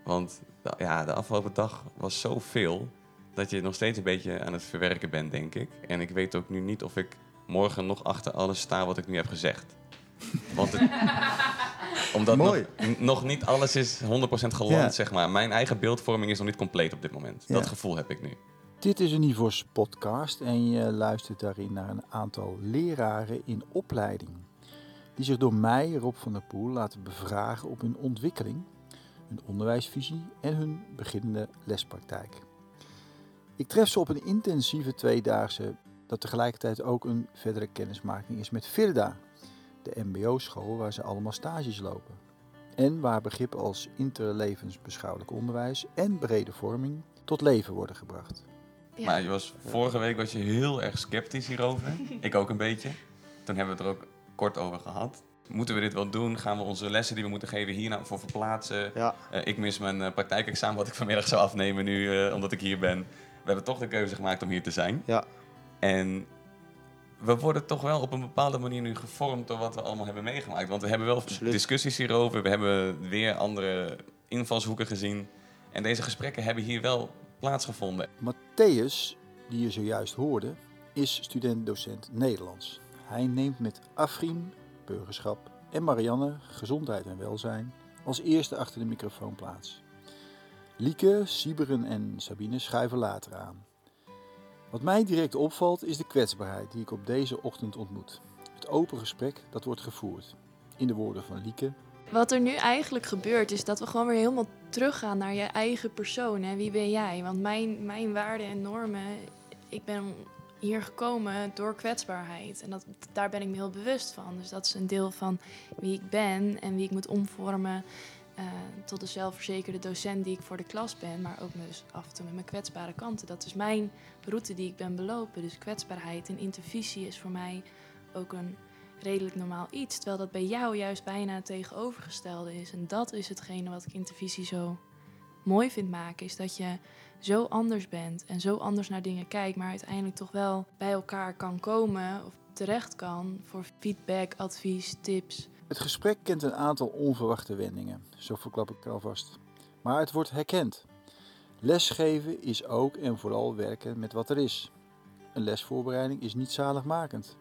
Want de afgelopen dag was zoveel dat je nog steeds een beetje aan het verwerken bent, denk ik. En ik weet ook nu niet of ik morgen nog achter alles sta wat ik nu heb gezegd. Want omdat nog niet alles is 100% geland, zeg maar. Mijn eigen beeldvorming is nog niet compleet op dit moment. Dat gevoel heb ik nu. Dit is een Nivos podcast en je luistert daarin naar een aantal leraren in opleiding. Die zich door mij, Rob van der Poel, laten bevragen op hun ontwikkeling, hun onderwijsvisie en hun beginnende lespraktijk. Ik tref ze op een intensieve tweedaagse dat tegelijkertijd ook een verdere kennismaking is met Virda, de mbo-school waar ze allemaal stages lopen. En waar begrippen als interlevensbeschouwelijk onderwijs en brede vorming tot leven worden gebracht. Ja. Maar vorige week was je heel erg sceptisch hierover. Ik ook een beetje. Toen hebben we het er ook kort over gehad. Moeten we dit wel doen? Gaan we onze lessen die we moeten geven hier nou voor verplaatsen? Ja. Ik mis mijn praktijkexamen wat ik vanmiddag zou afnemen nu, omdat ik hier ben. We hebben toch de keuze gemaakt om hier te zijn. Ja. En we worden toch wel op een bepaalde manier nu gevormd door wat we allemaal hebben meegemaakt. Want we hebben wel discussies hierover. We hebben weer andere invalshoeken gezien. En deze gesprekken hebben hier wel plaatsgevonden. Matthäus, die je zojuist hoorde, is student-docent Nederlands. Hij neemt met Afrim, burgerschap, en Marianne, gezondheid en welzijn, als eerste achter de microfoon plaats. Lieke, Siberen en Sabine schuiven later aan. Wat mij direct opvalt is de kwetsbaarheid die ik op deze ochtend ontmoet. Het open gesprek dat wordt gevoerd. In de woorden van Lieke. Wat er nu eigenlijk gebeurt is dat we gewoon weer helemaal teruggaan naar je eigen persoon. Hè? Wie ben jij? Want mijn waarden en normen, ik ben hier gekomen door kwetsbaarheid. En daar ben ik me heel bewust van. Dus dat is een deel van wie ik ben en wie ik moet omvormen tot de zelfverzekerde docent die ik voor de klas ben. Maar ook dus af en toe met mijn kwetsbare kanten. Dat is mijn route die ik ben belopen. Dus kwetsbaarheid en intervisie is voor mij ook een redelijk normaal iets. Terwijl dat bij jou juist bijna het tegenovergestelde is. En dat is hetgene wat ik intervisie zo mooi vind maken. Is dat je zo anders bent en zo anders naar dingen kijkt. Maar uiteindelijk toch wel bij elkaar kan komen of terecht kan voor feedback, advies, tips. Het gesprek kent een aantal onverwachte wendingen. Zo verklap ik alvast. Maar het wordt herkend. Lesgeven is ook en vooral werken met wat er is. Een lesvoorbereiding is niet zaligmakend.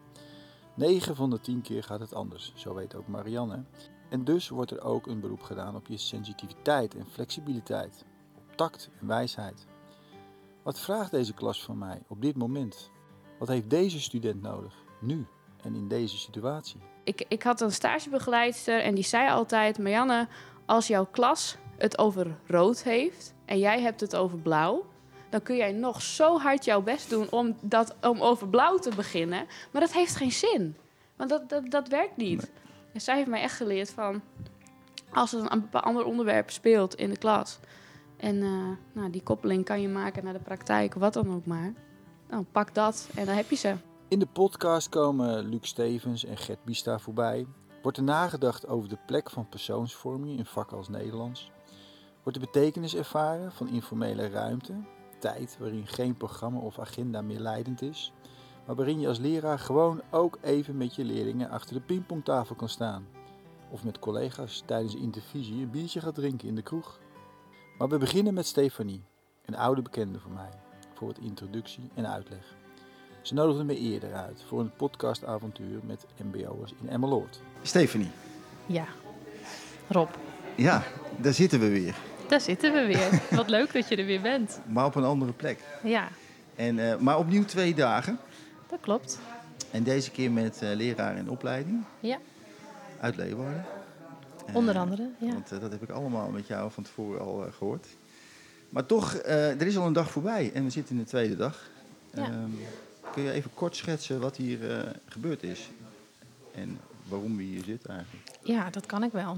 9 van de 10 keer gaat het anders, zo weet ook Marianne. En dus wordt er ook een beroep gedaan op je sensitiviteit en flexibiliteit, op tact en wijsheid. Wat vraagt deze klas van mij op dit moment? Wat heeft deze student nodig, nu en in deze situatie? Ik had een stagebegeleidster en die zei altijd: Marianne, als jouw klas het over rood heeft en jij hebt het over blauw, dan kun jij nog zo hard jouw best doen om over blauw te beginnen. Maar dat heeft geen zin. Want dat werkt niet. Nee. En zij heeft mij echt geleerd van, als er een ander onderwerp speelt in de klas en die koppeling kan je maken naar de praktijk, wat dan ook maar. Nou, pak dat en dan heb je ze. In de podcast komen Luc Stevens en Gert Biesta voorbij. Wordt er nagedacht over de plek van persoonsvorming in vakken als Nederlands. Wordt de betekenis ervaren van informele ruimte, tijd waarin geen programma of agenda meer leidend is, maar waarin je als leraar gewoon ook even met je leerlingen achter de pingpongtafel kan staan. Of met collega's tijdens de intervisie een biertje gaat drinken in de kroeg. Maar we beginnen met Stefanie, een oude bekende van mij, voor wat introductie en uitleg. Ze nodigde me eerder uit voor een podcastavontuur met mbo'ers in Emmeloord. Stefanie. Ja, Rob. Ja, daar zitten we weer. Daar zitten we weer. Wat leuk dat je er weer bent. Maar op een andere plek. Ja. Maar opnieuw 2 dagen. Dat klopt. En deze keer met leraar in opleiding. Ja. Uit Leeuwarden. Onder andere, ja. Want dat heb ik allemaal met jou van tevoren al gehoord. Maar toch, er is al een dag voorbij en we zitten in de 2e dag. Ja. Kun je even kort schetsen wat hier gebeurd is? En waarom we hier zitten eigenlijk? Ja, dat kan ik wel.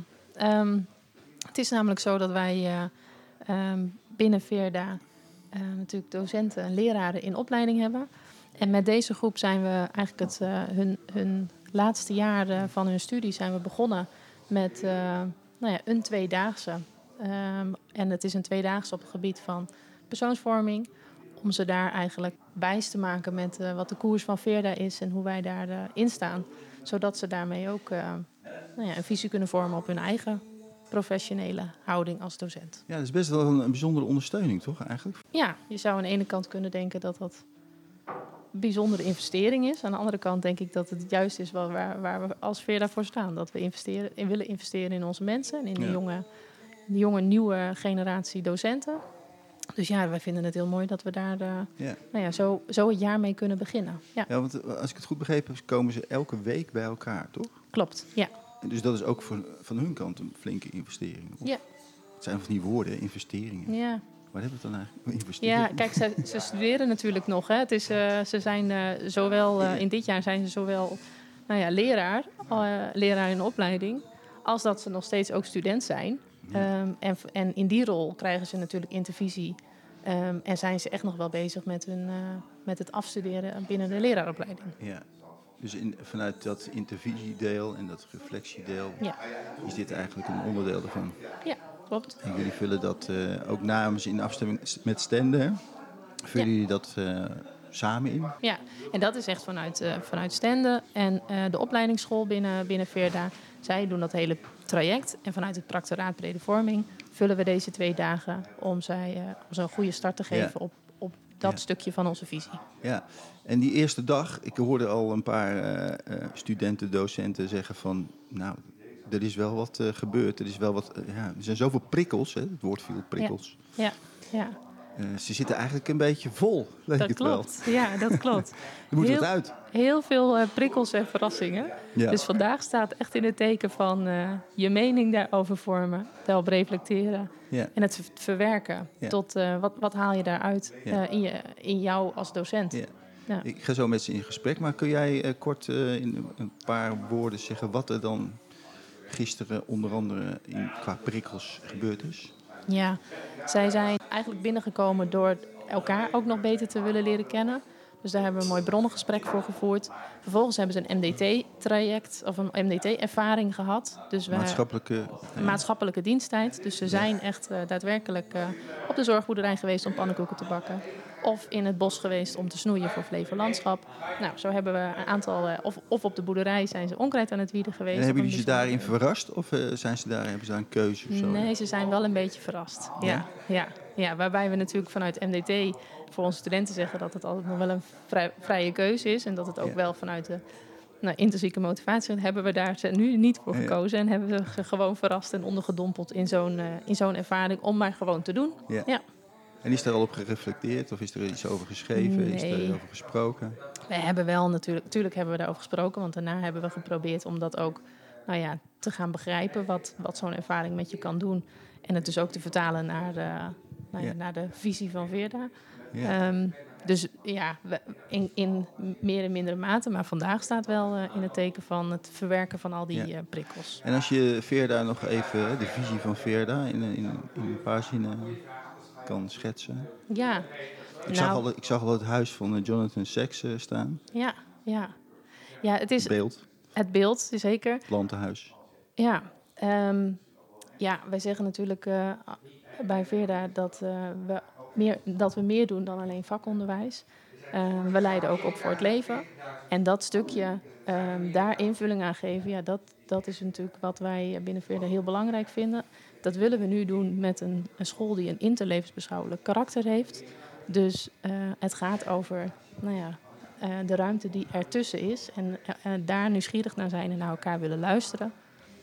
Het is namelijk zo dat wij binnen Virda natuurlijk docenten en leraren in opleiding hebben. En met deze groep zijn we eigenlijk hun laatste jaar van hun studie zijn we begonnen met een 2-daagse. En het is een 2-daagse op het gebied van persoonsvorming. Om ze daar eigenlijk wijs te maken met wat de koers van Virda is en hoe wij daarin staan. Zodat ze daarmee ook een visie kunnen vormen op hun eigen professionele houding als docent. Ja, dat is best wel een bijzondere ondersteuning, toch eigenlijk? Ja, je zou aan de ene kant kunnen denken dat dat een bijzondere investering is. Aan de andere kant denk ik dat het juist is waar we als Veerda voor staan. Dat we willen investeren in onze mensen en in de jonge nieuwe generatie docenten. Dus ja, wij vinden het heel mooi dat we daar zo het jaar mee kunnen beginnen. Ja, want als ik het goed begrepen heb, komen ze elke week bij elkaar, toch? klopt, ja. Dus dat is ook van hun kant een flinke investering. Ja. Het zijn van die woorden, investeringen. Ja. Waar hebben we het dan eigenlijk? Investeringen? Ja, kijk, ze studeren natuurlijk nog. Hè. Het is, ze zijn in dit jaar zijn ze zowel leraar in de opleiding, als dat ze nog steeds ook student zijn. En in die rol krijgen ze natuurlijk intervisie. En zijn ze echt nog wel bezig met het afstuderen binnen de leraaropleiding. Ja. Dus vanuit dat intervisiedeel en dat reflectiedeel is dit eigenlijk een onderdeel ervan. Ja, klopt. En jullie vullen dat ook namens in afstemming met Stende. Vullen jullie dat samen in? Ja, en dat is echt vanuit Stende en de opleidingsschool binnen Veerda. Zij doen dat hele traject. En vanuit het Practoraat Brede Vorming vullen we deze 2 dagen om ze een goede start te geven op dat stukje van onze visie. Ja, en die eerste dag, ik hoorde al een paar studenten, docenten zeggen van, nou, er is wel wat gebeurd. Er is wel wat, er zijn zoveel prikkels, hè? Het woord viel prikkels. Ja. Ze zitten eigenlijk een beetje vol, leek dat het klopt. wel. Ja, dat klopt. Er moet wat uit. Heel veel prikkels en verrassingen. Ja. Dus vandaag staat echt in het teken van je mening daarover vormen, daarop reflecteren en het verwerken tot wat haal je daaruit in jou als docent. Ja. Ja. Ik ga zo met ze in gesprek, maar kun jij kort in een paar woorden zeggen wat er dan gisteren onder andere qua prikkels gebeurd is? Ja, zij zijn eigenlijk binnengekomen door elkaar ook nog beter te willen leren kennen. Dus daar hebben we een mooi bronnengesprek voor gevoerd. Vervolgens hebben ze een MDT-traject of een MDT-ervaring gehad. Dus maatschappelijke diensttijd. Dus ze zijn echt daadwerkelijk op de zorgboerderij geweest om pannenkoeken te bakken. Of in het bos geweest om te snoeien voor Flevolandschap. Nou, zo hebben we een aantal... Of op de boerderij zijn ze onkruid aan het wieden geweest. En hebben jullie ze daarin verrast? Of hebben ze daar een keuze of zo? Nee, ze zijn wel een beetje verrast. Ja, waarbij we natuurlijk vanuit MDT voor onze studenten zeggen dat het altijd nog wel een vrije keuze is. En dat het ook wel vanuit de intrinsieke motivatie hebben we daar nu niet voor gekozen. En hebben we gewoon verrast en ondergedompeld in zo'n ervaring om maar gewoon te doen. Ja. En is daar al op gereflecteerd of is er iets over geschreven? Nee. Is er over gesproken? We hebben wel natuurlijk hebben we daarover gesproken. Want daarna hebben we geprobeerd om dat ook te gaan begrijpen. Wat zo'n ervaring met je kan doen. En het dus ook te vertalen naar de visie van Veerda. Ja. Dus ja, in meer en mindere mate. Maar vandaag staat wel in het teken van het verwerken van al die prikkels. En als je Veerda nog even, de visie van Veerda in een paar zinnen kan schetsen. Ja. Ik zag al het huis van Jonathan Sacks staan. Ja, het is... Het beeld, zeker. Het plantenhuis. Ja. Wij zeggen natuurlijk bij Veerda dat we meer doen dan alleen vakonderwijs. We leiden ook op voor het leven. En dat stukje daar invulling aan geven, dat is natuurlijk wat wij binnen Veerda heel belangrijk vinden. Dat willen we nu doen met een school die een interlevensbeschouwelijk karakter heeft. Dus het gaat over de ruimte die ertussen is. En daar nieuwsgierig naar zijn en naar elkaar willen luisteren.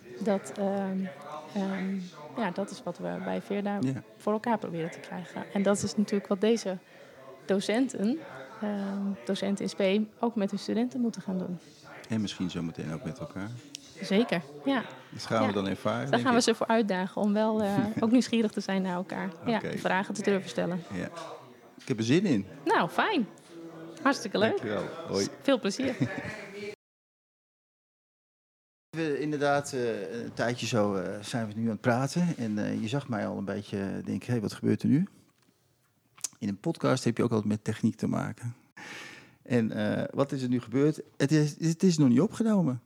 Dat is wat we bij Veerda voor elkaar proberen te krijgen. En dat is natuurlijk wat deze docenten in SP, ook met hun studenten moeten gaan doen. En misschien zometeen ook met elkaar. Zeker, ja. Dat gaan we dan ervaren. Daar gaan we ze voor uitdagen om wel ook nieuwsgierig te zijn naar elkaar. Okay. Ja, vragen te durven stellen. Ja. Ik heb er zin in. Nou, fijn. Hartstikke leuk. Dankjewel. Hoi. Veel plezier. Inderdaad, een tijdje zo zijn we nu aan het praten. En je zag mij al een beetje denken, wat gebeurt er nu? In een podcast heb je ook altijd met techniek te maken. En wat is er nu gebeurd? Het is nog niet opgenomen.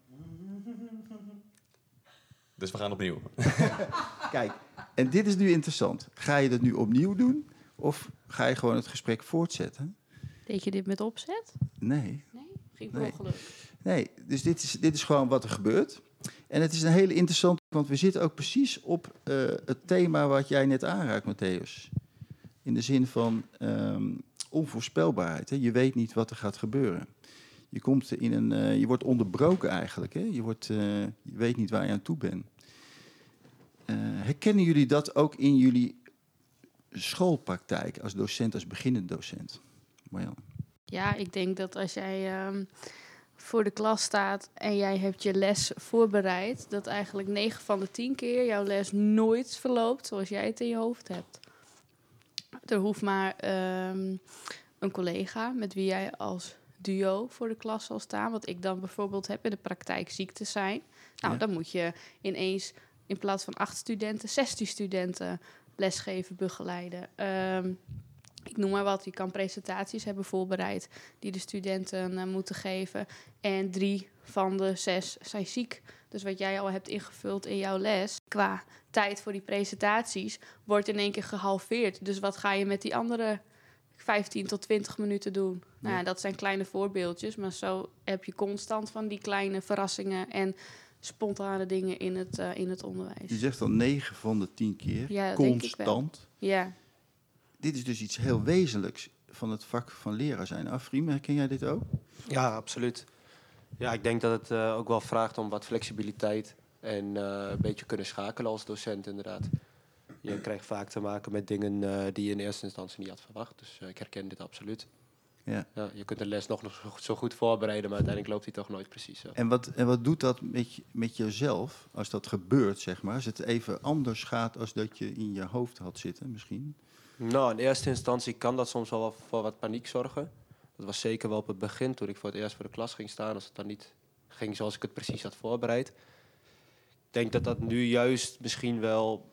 Dus we gaan opnieuw. Kijk, en dit is nu interessant. Ga je dat nu opnieuw doen? Of ga je gewoon het gesprek voortzetten? Deed je dit met opzet? Nee. Ging per ongeluk? Nee, dus dit is gewoon wat er gebeurt. En het is een hele interessante Want we zitten ook precies op het thema wat jij net aanraakt, Matthäus. In de zin van onvoorspelbaarheid. Hè? Je weet niet wat er gaat gebeuren. Je komt je wordt onderbroken eigenlijk. Hè? Je weet niet waar je aan toe bent. Herkennen jullie dat ook in jullie schoolpraktijk als docent, als beginnend docent? Marjan. Ja, ik denk dat als jij voor de klas staat en jij hebt je les voorbereid, dat eigenlijk 9 van de 10 keer jouw les nooit verloopt zoals jij het in je hoofd hebt. Er hoeft maar een collega met wie jij als duo voor de klas zal staan, wat ik dan bijvoorbeeld heb in de praktijk ziek te zijn. Nou, dan moet je ineens in plaats van 8 studenten, 16 studenten lesgeven, begeleiden. Ik noem maar wat, je kan presentaties hebben voorbereid die de studenten moeten geven. En 3 van de 6 zijn ziek. Dus wat jij al hebt ingevuld in jouw les, qua tijd voor die presentaties, wordt in één keer gehalveerd. Dus wat ga je met die andere 15 tot 20 minuten doen? Ja. Nou, dat zijn kleine voorbeeldjes, maar zo heb je constant van die kleine verrassingen en spontane dingen in het onderwijs. Je zegt al 9 van de 10 keer, ja, constant. Ja. Dit is dus iets heel wezenlijks van het vak van leraar zijn. Afriem, herken jij dit ook? Ja, absoluut. Ja, ik denk dat het ook wel vraagt om wat flexibiliteit en een beetje kunnen schakelen als docent inderdaad. Je krijgt vaak te maken met dingen die je in eerste instantie niet had verwacht. Dus ik herken dit absoluut. Ja. Ja, je kunt de les nog zo goed voorbereiden, maar uiteindelijk loopt hij toch nooit precies zo. En wat doet dat met jezelf als dat gebeurt, zeg maar? Als het even anders gaat als dat je in je hoofd had zitten misschien? Nou, in eerste instantie kan dat soms wel voor wat paniek zorgen. Dat was zeker wel op het begin, toen ik voor het eerst voor de klas ging staan, als het dan niet ging zoals ik het precies had voorbereid. Ik denk dat dat nu juist misschien wel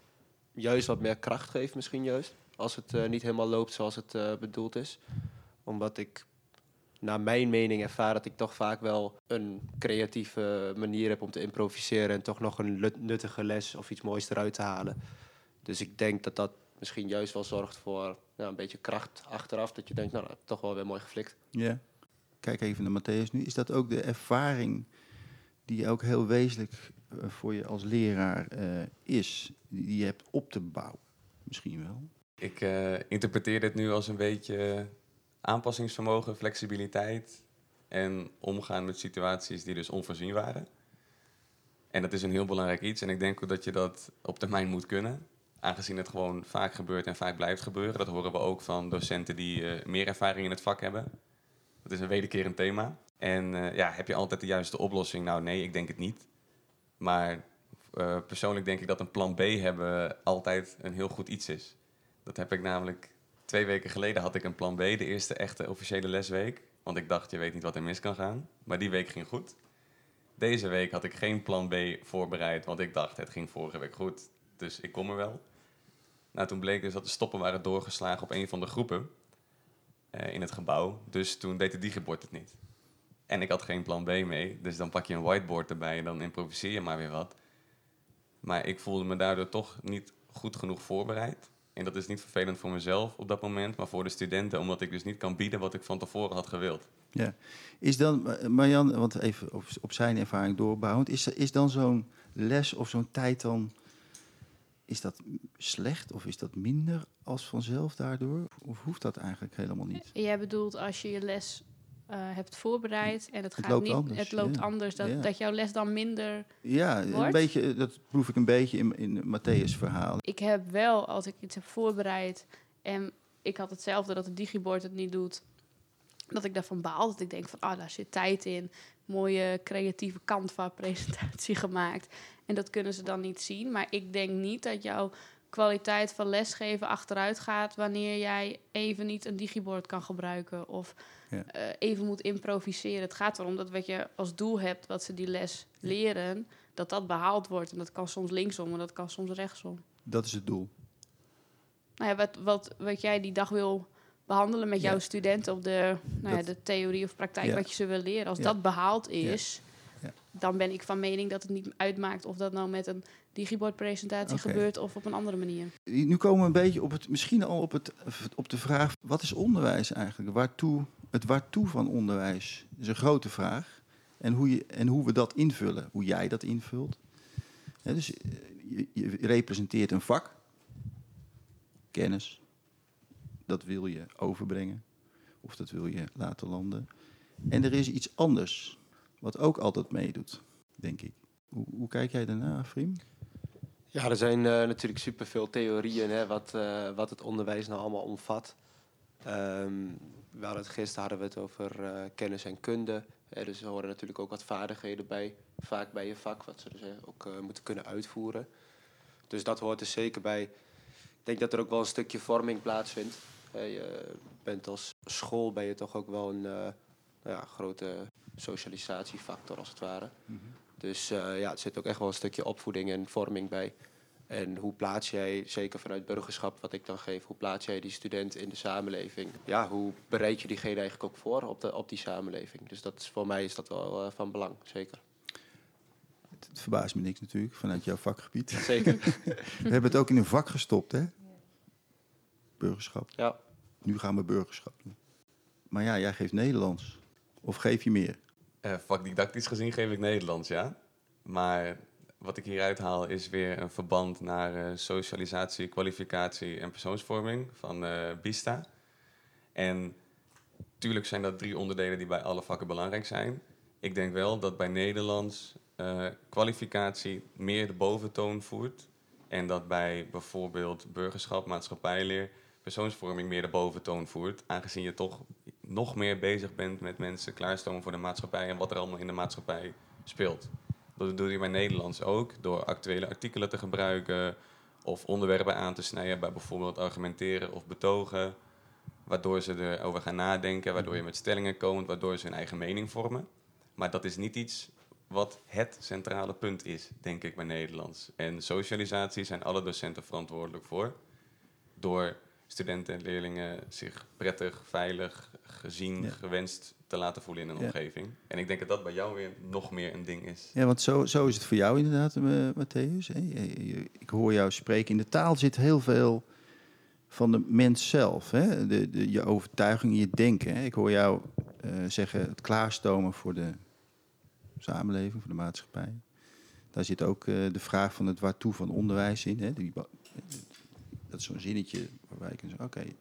wat meer kracht geeft, misschien juist. Als het niet helemaal loopt zoals het bedoeld is. Omdat ik, naar mijn mening, ervaar dat ik toch vaak wel een creatieve manier heb om te improviseren en toch nog een nuttige les of iets moois eruit te halen. Dus ik denk dat dat misschien juist wel zorgt voor een beetje kracht achteraf. Dat je denkt, nou, dat heb ik toch wel weer mooi geflikt. Ja. Kijk even naar Matthäus nu. Is dat ook de ervaring die ook heel wezenlijk voor je als leraar is? Die je hebt op te bouwen? Misschien wel. Ik interpreteer dit nu als een beetje aanpassingsvermogen, flexibiliteit en omgaan met situaties die dus onvoorzien waren. En dat is een heel belangrijk iets. En ik denk ook dat je dat op termijn moet kunnen. Aangezien het gewoon vaak gebeurt en vaak blijft gebeuren. Dat horen we ook van docenten die meer ervaring in het vak hebben. Dat is een wederkerend thema. En heb je altijd de juiste oplossing? Nou nee, ik denk het niet. Maar persoonlijk denk ik dat een plan B hebben altijd een heel goed iets is. Dat heb ik namelijk 2 weken geleden had ik een plan B. De eerste echte officiële lesweek. Want ik dacht, je weet niet wat er mis kan gaan. Maar die week ging goed. Deze week had ik geen plan B voorbereid. Want ik dacht, het ging vorige week goed. Dus ik kom er wel. Nou, toen bleek dus dat de stoppen waren doorgeslagen op een van de groepen in het gebouw. Dus toen deed de digibord het niet. En ik had geen plan B mee. Dus dan pak je een whiteboard erbij en dan improviseer je maar weer wat. Maar ik voelde me daardoor toch niet goed genoeg voorbereid. En dat is niet vervelend voor mezelf op dat moment, maar voor de studenten. Omdat ik dus niet kan bieden wat ik van tevoren had gewild. Ja. Is dan, Marjan, want even op zijn ervaring doorbouwend. Is dan zo'n les of zo'n tijd dan... Is dat slecht of is dat minder als vanzelf daardoor? Of hoeft dat eigenlijk helemaal niet? Jij bedoelt als je je les hebt voorbereid en het loopt anders, dat jouw les dan minder wordt? Een beetje, dat proef ik een beetje in Matthäus' verhaal. Ik heb wel, als ik iets heb voorbereid en ik had hetzelfde dat het digibord het niet doet, dat ik daarvan baal. Dat ik denk van, daar zit tijd in. Mooie creatieve Canva-presentatie gemaakt. En dat kunnen ze dan niet zien. Maar ik denk niet dat jouw kwaliteit van lesgeven achteruit gaat wanneer jij even niet een digibord kan gebruiken of even moet improviseren. Het gaat erom dat wat je als doel hebt, wat ze die les leren, dat behaald wordt. En dat kan soms linksom en dat kan soms rechtsom. Dat is het doel. Nou ja, wat jij die dag wil behandelen met jouw studenten op de theorie of praktijk, wat je ze wil leren. Als dat behaald is, dan ben ik van mening dat het niet uitmaakt of dat nou met een digibordpresentatie gebeurt of op een andere manier. Nu komen we een beetje op de vraag, wat is onderwijs eigenlijk? Waartoe van onderwijs is een grote vraag. En hoe we dat invullen, hoe jij dat invult. Dus je representeert een vak, kennis, dat wil je overbrengen of dat wil je laten landen. En er is iets anders, wat ook altijd meedoet, denk ik. Hoe kijk jij daarna, Friem? Ja, er zijn natuurlijk superveel theorieën, hè, wat het onderwijs nou allemaal omvat. Gisteren hadden we het over kennis en kunde. Dus er horen natuurlijk ook wat vaardigheden bij, vaak bij je vak, wat ze dus ook moeten kunnen uitvoeren. Dus dat hoort er zeker bij. Ik denk dat er ook wel een stukje vorming plaatsvindt. Je bent als school ben je toch ook wel een grote socialisatiefactor, als het ware. Mm-hmm. Dus er zit ook echt wel een stukje opvoeding en vorming bij. En hoe plaats jij, zeker vanuit burgerschap, wat ik dan geef, hoe plaats jij die student in de samenleving? Ja, hoe bereid je diegene eigenlijk ook voor op die samenleving? Dus voor mij is dat wel van belang, zeker. Het verbaast me niks natuurlijk, vanuit jouw vakgebied. Zeker. We hebben het ook in een vak gestopt, hè? Burgerschap. Ja. Nu gaan we burgerschap doen. Maar ja, jij geeft Nederlands. Of geef je meer? Vakdidactisch gezien geef ik Nederlands, ja. Maar wat ik hieruit haal is weer een verband naar socialisatie, kwalificatie en persoonsvorming van BISTA. En tuurlijk zijn dat 3 onderdelen die bij alle vakken belangrijk zijn. Ik denk wel dat bij Nederlands kwalificatie meer de boventoon voert. En dat bij bijvoorbeeld burgerschap, maatschappijleer, persoonsvorming meer de boventoon voert. Aangezien je toch nog meer bezig bent met mensen klaarstomen voor de maatschappij en wat er allemaal in de maatschappij speelt. Dat doe je bij Nederlands ook, door actuele artikelen te gebruiken of onderwerpen aan te snijden bij bijvoorbeeld argumenteren of betogen. Waardoor ze erover gaan nadenken, waardoor je met stellingen komt, waardoor ze hun eigen mening vormen. Maar dat is niet iets wat het centrale punt is, denk ik, bij Nederlands. En socialisatie zijn alle docenten verantwoordelijk voor. Door studenten en leerlingen zich prettig, veilig, gezien, gewenst te laten voelen in een omgeving. En ik denk dat dat bij jou weer nog meer een ding is. Ja, want zo is het voor jou inderdaad, Matthäus. Ik hoor jou spreken. In de taal zit heel veel van de mens zelf. Hè? Je overtuiging, je denken. Hè? Ik hoor jou zeggen het klaarstomen voor de samenleving, voor de maatschappij. Daar zit ook de vraag van het waartoe van onderwijs in. Hè? Dat is zo'n zinnetje waarbij ik kan zeggen, oké,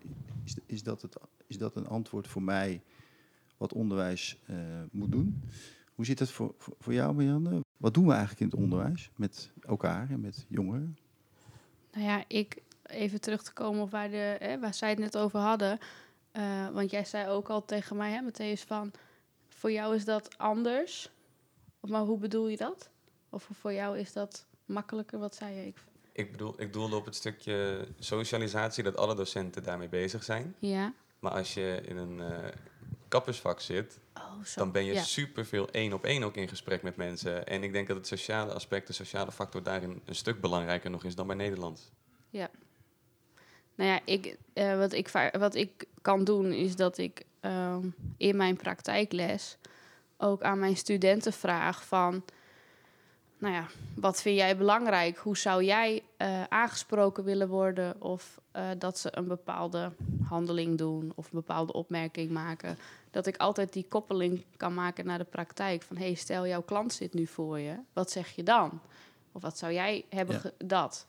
is dat een antwoord voor mij wat onderwijs moet doen? Hoe zit het voor jou, Marianne? Wat doen we eigenlijk in het onderwijs met elkaar en met jongeren? Nou ja, even terug te komen op waar zij het net over hadden. Want jij zei ook al tegen mij, hè, Matthäus, van voor jou is dat anders. Maar hoe bedoel je dat? Of voor jou is dat makkelijker? Wat zei je? Ik doelde op het stukje socialisatie, dat alle docenten daarmee bezig zijn. Ja. Maar als je in een kappersvak zit, dan ben je superveel 1-op-1 ook in gesprek met mensen. En ik denk dat het sociale aspect, de sociale factor daarin een stuk belangrijker nog is dan bij Nederlands. Ja. Nou ja, wat ik kan doen is dat ik in mijn praktijkles ook aan mijn studenten vraag van, nou ja, wat vind jij belangrijk? Hoe zou jij aangesproken willen worden? Of dat ze een bepaalde handeling doen of een bepaalde opmerking maken. Dat ik altijd die koppeling kan maken naar de praktijk. Van, hey, stel jouw klant zit nu voor je. Wat zeg je dan? Of wat zou jij hebben dat?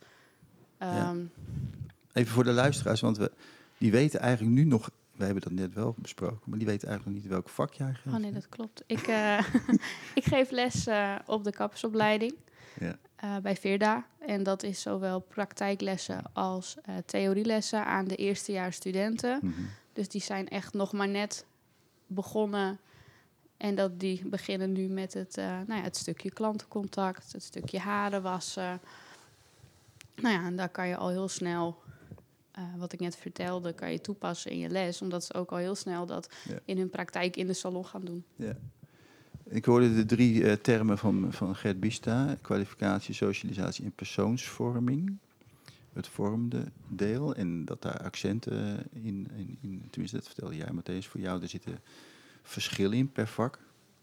Even voor de luisteraars, want die weten eigenlijk nu nog, we hebben dat net wel besproken, maar die weten eigenlijk nog niet welk vak jij geeft. Oh nee, dat klopt. Ik geef les op de kappersopleiding bij Virda. En dat is zowel praktijklessen als theorielessen aan de eerstejaars studenten. Mm-hmm. Dus die zijn echt nog maar net begonnen. En die beginnen nu met het stukje klantencontact, het stukje haren wassen. Nou ja, en daar kan je al heel snel, wat ik net vertelde, kan je toepassen in je les. Omdat ze ook al heel snel dat in hun praktijk in de salon gaan doen. Ja. Ik hoorde de 3 termen van Gert Bista: kwalificatie, socialisatie en persoonsvorming. Het vormde deel en dat daar accenten in tenminste, dat vertelde jij, Matthäus, voor jou, er zitten verschillen in per vak.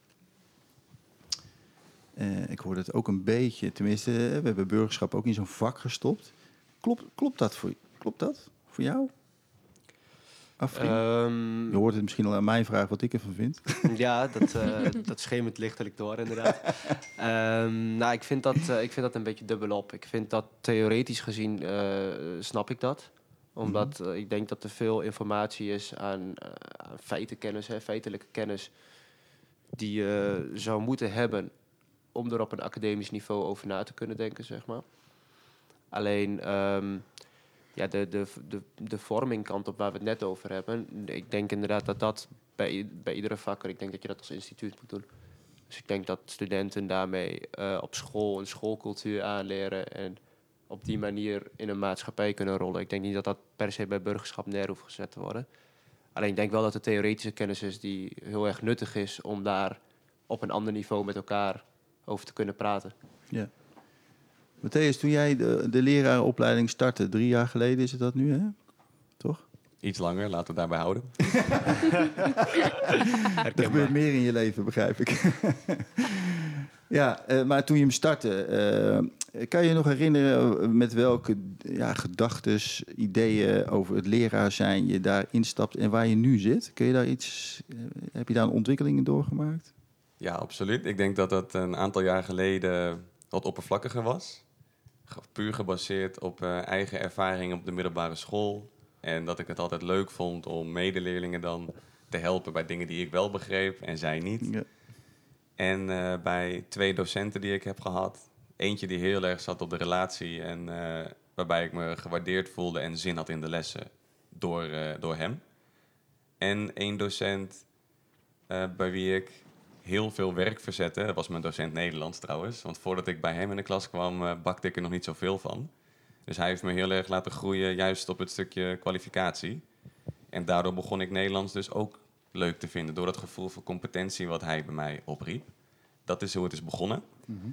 Ik hoorde het ook een beetje, tenminste, we hebben burgerschap ook in zo'n vak gestopt. Klopt dat voor jou? afging? Je hoort het misschien al aan mijn vraag wat ik ervan vind. Ja, dat schemert lichtelijk door, inderdaad. Nou, ik vind dat een beetje dubbelop. Ik vind dat theoretisch gezien snap ik dat. Omdat ik denk dat er veel informatie is aan feitenkennis, feitelijke kennis, die je zou moeten hebben om er op een academisch niveau over na te kunnen denken, zeg maar. Alleen de vormingkant op waar we het net over hebben, ik denk inderdaad dat bij iedere vakker, ik denk dat je dat als instituut moet doen. Dus ik denk dat studenten daarmee op school een schoolcultuur aanleren en op die manier in een maatschappij kunnen rollen. Ik denk niet dat dat per se bij burgerschap neer hoeft gezet te worden. Alleen ik denk wel dat de theoretische kennis is die heel erg nuttig is om daar op een ander niveau met elkaar over te kunnen praten. Ja. Matthäus, toen jij de lerarenopleiding startte, 3 jaar geleden is het dat nu, hè? Toch? Iets langer, laten we het daarbij houden. Er gebeurt meer in je leven, begrijp ik. Ja, maar toen je hem startte, kan je je nog herinneren met welke gedachtes, ideeën over het leraar zijn je daar instapt en waar je nu zit? Kun je daar heb je daar een ontwikkeling in doorgemaakt? Ja, absoluut. Ik denk dat dat een aantal jaar geleden wat oppervlakkiger was. Puur gebaseerd op eigen ervaring op de middelbare school. En dat ik het altijd leuk vond om medeleerlingen dan te helpen bij dingen die ik wel begreep en zij niet. Ja. En bij 2 docenten die ik heb gehad. Eentje die heel erg zat op de relatie en waarbij ik me gewaardeerd voelde en zin had in de lessen door hem. En 1 docent bij wie ik heel veel werk verzette. Dat was mijn docent Nederlands trouwens. Want voordat ik bij hem in de klas kwam, bakte ik er nog niet zoveel van. Dus hij heeft me heel erg laten groeien, juist op het stukje kwalificatie. En daardoor begon ik Nederlands dus ook leuk te vinden. Door dat gevoel van competentie wat hij bij mij opriep. Dat is hoe het is begonnen. Mm-hmm.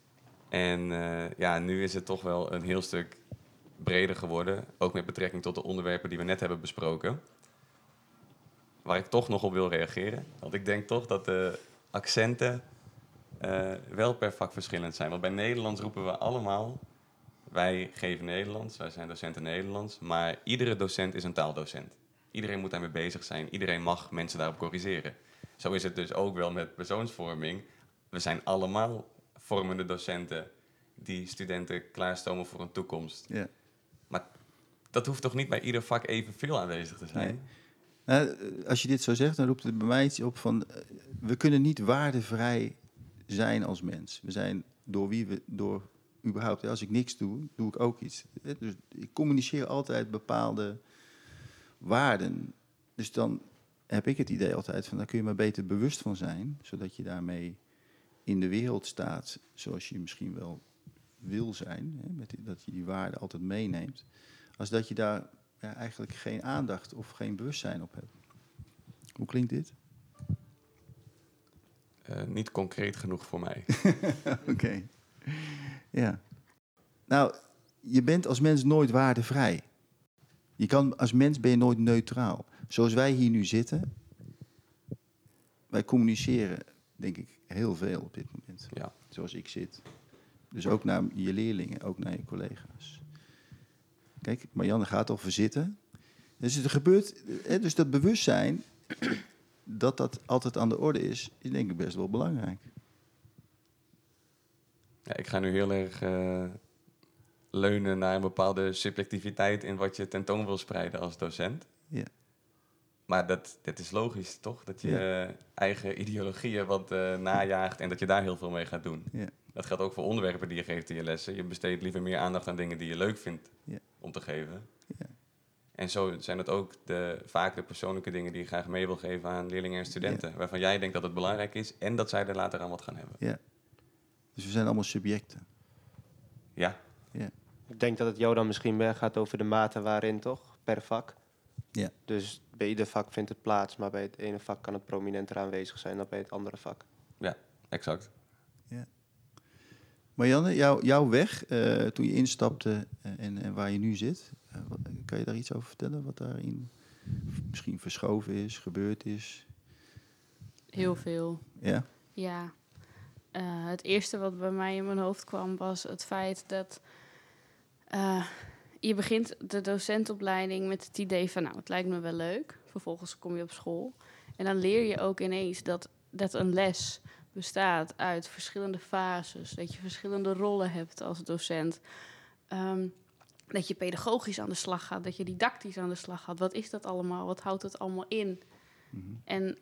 En nu is het toch wel een heel stuk breder geworden. Ook met betrekking tot de onderwerpen die we net hebben besproken. Waar ik toch nog op wil reageren. Want ik denk toch dat de accenten wel per vak verschillend zijn. Want bij Nederlands roepen we allemaal, wij geven Nederlands, wij zijn docenten Nederlands. Maar iedere docent is een taaldocent. Iedereen moet daarmee bezig zijn. Iedereen mag mensen daarop corrigeren. Zo is het dus ook wel met persoonsvorming. We zijn allemaal vormende docenten die studenten klaarstomen voor een toekomst. Yeah. Maar dat hoeft toch niet bij ieder vak evenveel aanwezig te zijn? Nee. Nou, als je dit zo zegt, dan roept het bij mij iets op van, we kunnen niet waardevrij zijn als mens. We zijn door überhaupt, als ik niks doe, doe ik ook iets. Dus ik communiceer altijd bepaalde waarden. Dus dan heb ik het idee altijd van, daar kun je maar beter bewust van zijn, zodat je daarmee in de wereld staat zoals je misschien wel wil zijn, hè, dat je die waarden altijd meeneemt, als dat je daar eigenlijk geen aandacht of geen bewustzijn op hebt. Hoe klinkt dit? Niet concreet genoeg voor mij. Oké. Ja. Nou, je bent als mens nooit waardevrij. Als mens ben je nooit neutraal. Zoals wij hier nu zitten, wij communiceren, denk ik, heel veel op dit moment. Ja. Zoals ik zit. Dus ook naar je leerlingen, ook naar je collega's. Kijk, Marianne gaat al verzitten. Dus er gebeurt, dus dat bewustzijn, dat altijd aan de orde is denk ik best wel belangrijk. Ja, ik ga nu heel erg leunen naar een bepaalde subjectiviteit in wat je tentoon wil spreiden als docent. Ja. Maar dat is logisch, toch? Dat je eigen ideologieën wat najaagt en dat je daar heel veel mee gaat doen. Ja. Dat geldt ook voor onderwerpen die je geeft in je lessen. Je besteedt liever meer aandacht aan dingen die je leuk vindt om te geven. Ja. En zo zijn het ook vaak de persoonlijke dingen die je graag mee wil geven aan leerlingen en studenten. Ja. Waarvan jij denkt dat het belangrijk is en dat zij er later aan wat gaan hebben. Ja. Dus we zijn allemaal subjecten. Ja. Ja. Ik denk dat het jou dan misschien meer gaat over de mate waarin, toch? Per vak. Ja. Dus bij ieder vak vindt het plaats, maar bij het ene vak kan het prominenter aanwezig zijn dan bij het andere vak. Ja, exact. Ja. Marianne, jouw weg toen je instapte en waar je nu zit, kan je daar iets over vertellen? Wat daarin misschien verschoven is, gebeurd is? Heel veel. Ja? Ja. Het eerste wat bij mij in mijn hoofd kwam was het feit dat je begint de docentopleiding met het idee van, nou, het lijkt me wel leuk. Vervolgens kom je op school. En dan leer je ook ineens dat een les bestaat uit verschillende fases. Dat je verschillende rollen hebt als docent. Dat je pedagogisch aan de slag gaat. Dat je didactisch aan de slag gaat. Wat is dat allemaal? Wat houdt het allemaal in? Mm-hmm. En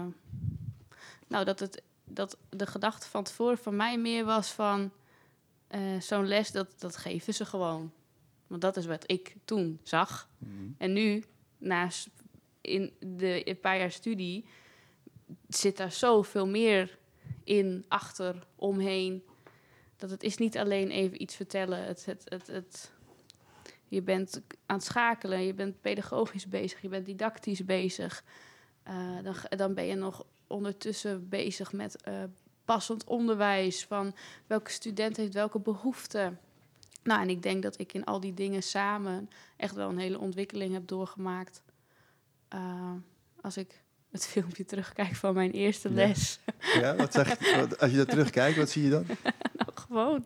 dat de gedachte van tevoren van mij meer was van... zo'n les, dat geven ze gewoon. Want dat is wat ik toen zag. Mm-hmm. En nu, in een paar jaar studie... zit daar zoveel meer in, achter, omheen. Dat het is niet alleen even iets vertellen. Je bent aan het schakelen, je bent pedagogisch bezig, je bent didactisch bezig. Dan ben je nog ondertussen bezig met passend onderwijs. Van welke student heeft welke behoeften. Nou, en ik denk dat ik in al die dingen samen echt wel een hele ontwikkeling heb doorgemaakt. Als ik het filmpje terugkijk van mijn eerste les. Ja, als je daar terugkijkt, wat zie je dan? Nou, gewoon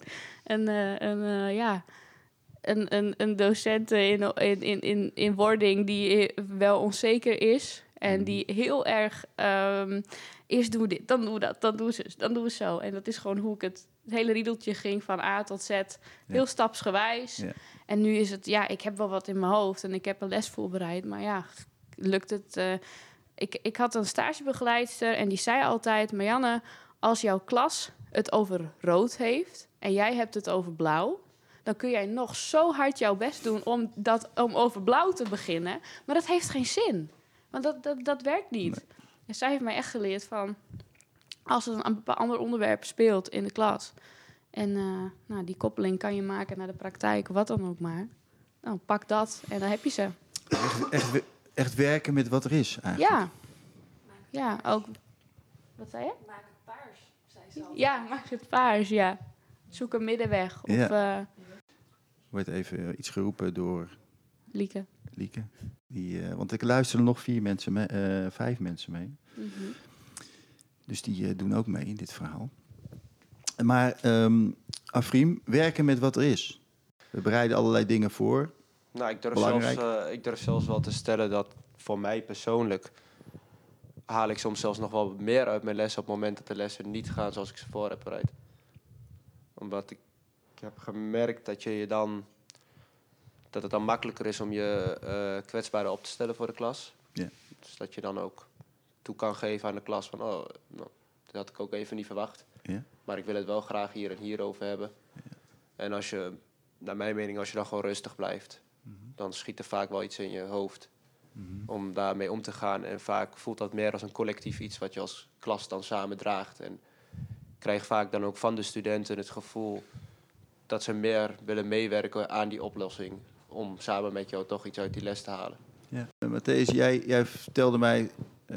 een docent in wording die wel onzeker is. En die heel erg... eerst doen we dit, dan doen we dat, dan doen we zus, dan doen we zo. En dat is gewoon hoe ik het hele riedeltje ging van A tot Z. Heel stapsgewijs. Ja. En nu is het, ik heb wel wat in mijn hoofd. En ik heb een les voorbereid. Maar lukt het... Ik had een stagebegeleidster en die zei altijd... Marianne, als jouw klas het over rood heeft en jij hebt het over blauw... dan kun jij nog zo hard jouw best doen om over blauw te beginnen. Maar dat heeft geen zin. Want dat werkt niet. Nee. En zij heeft mij echt geleerd van... als er een ander onderwerp speelt in de klas... en die koppeling kan je maken naar de praktijk, wat dan ook maar... nou, pak dat en dan heb je ze. Echt werken met wat er is, eigenlijk. Ja, ook... Wat zei je? Maak het paars, zei ze al. Ja, maak het paars, ja. Zoek een middenweg. Of, wordt even iets geroepen door... Lieke. Want ik luister er nog 5 mensen mee. Mm-hmm. Dus die doen ook mee in dit verhaal. Maar Afrim, werken met wat er is. We bereiden allerlei dingen voor... Nou, ik durf zelfs wel te stellen dat voor mij persoonlijk... haal ik soms zelfs nog wel meer uit mijn lessen... op het moment dat de lessen niet gaan zoals ik ze voor heb bereid. Omdat ik heb gemerkt dat het dan makkelijker is om je kwetsbaarder op te stellen voor de klas. Yeah. Dus dat je dan ook toe kan geven aan de klas van... dat had ik ook even niet verwacht. Yeah. Maar ik wil het wel graag hier en hier over hebben. Yeah. En als je, naar mijn mening, als je dan gewoon rustig blijft... dan schiet er vaak wel iets in je hoofd om daarmee om te gaan. En vaak voelt dat meer als een collectief iets wat je als klas dan samen draagt. En krijg vaak dan ook van de studenten het gevoel dat ze meer willen meewerken aan die oplossing. Om samen met jou toch iets uit die les te halen. Ja. Matthijs, jij vertelde mij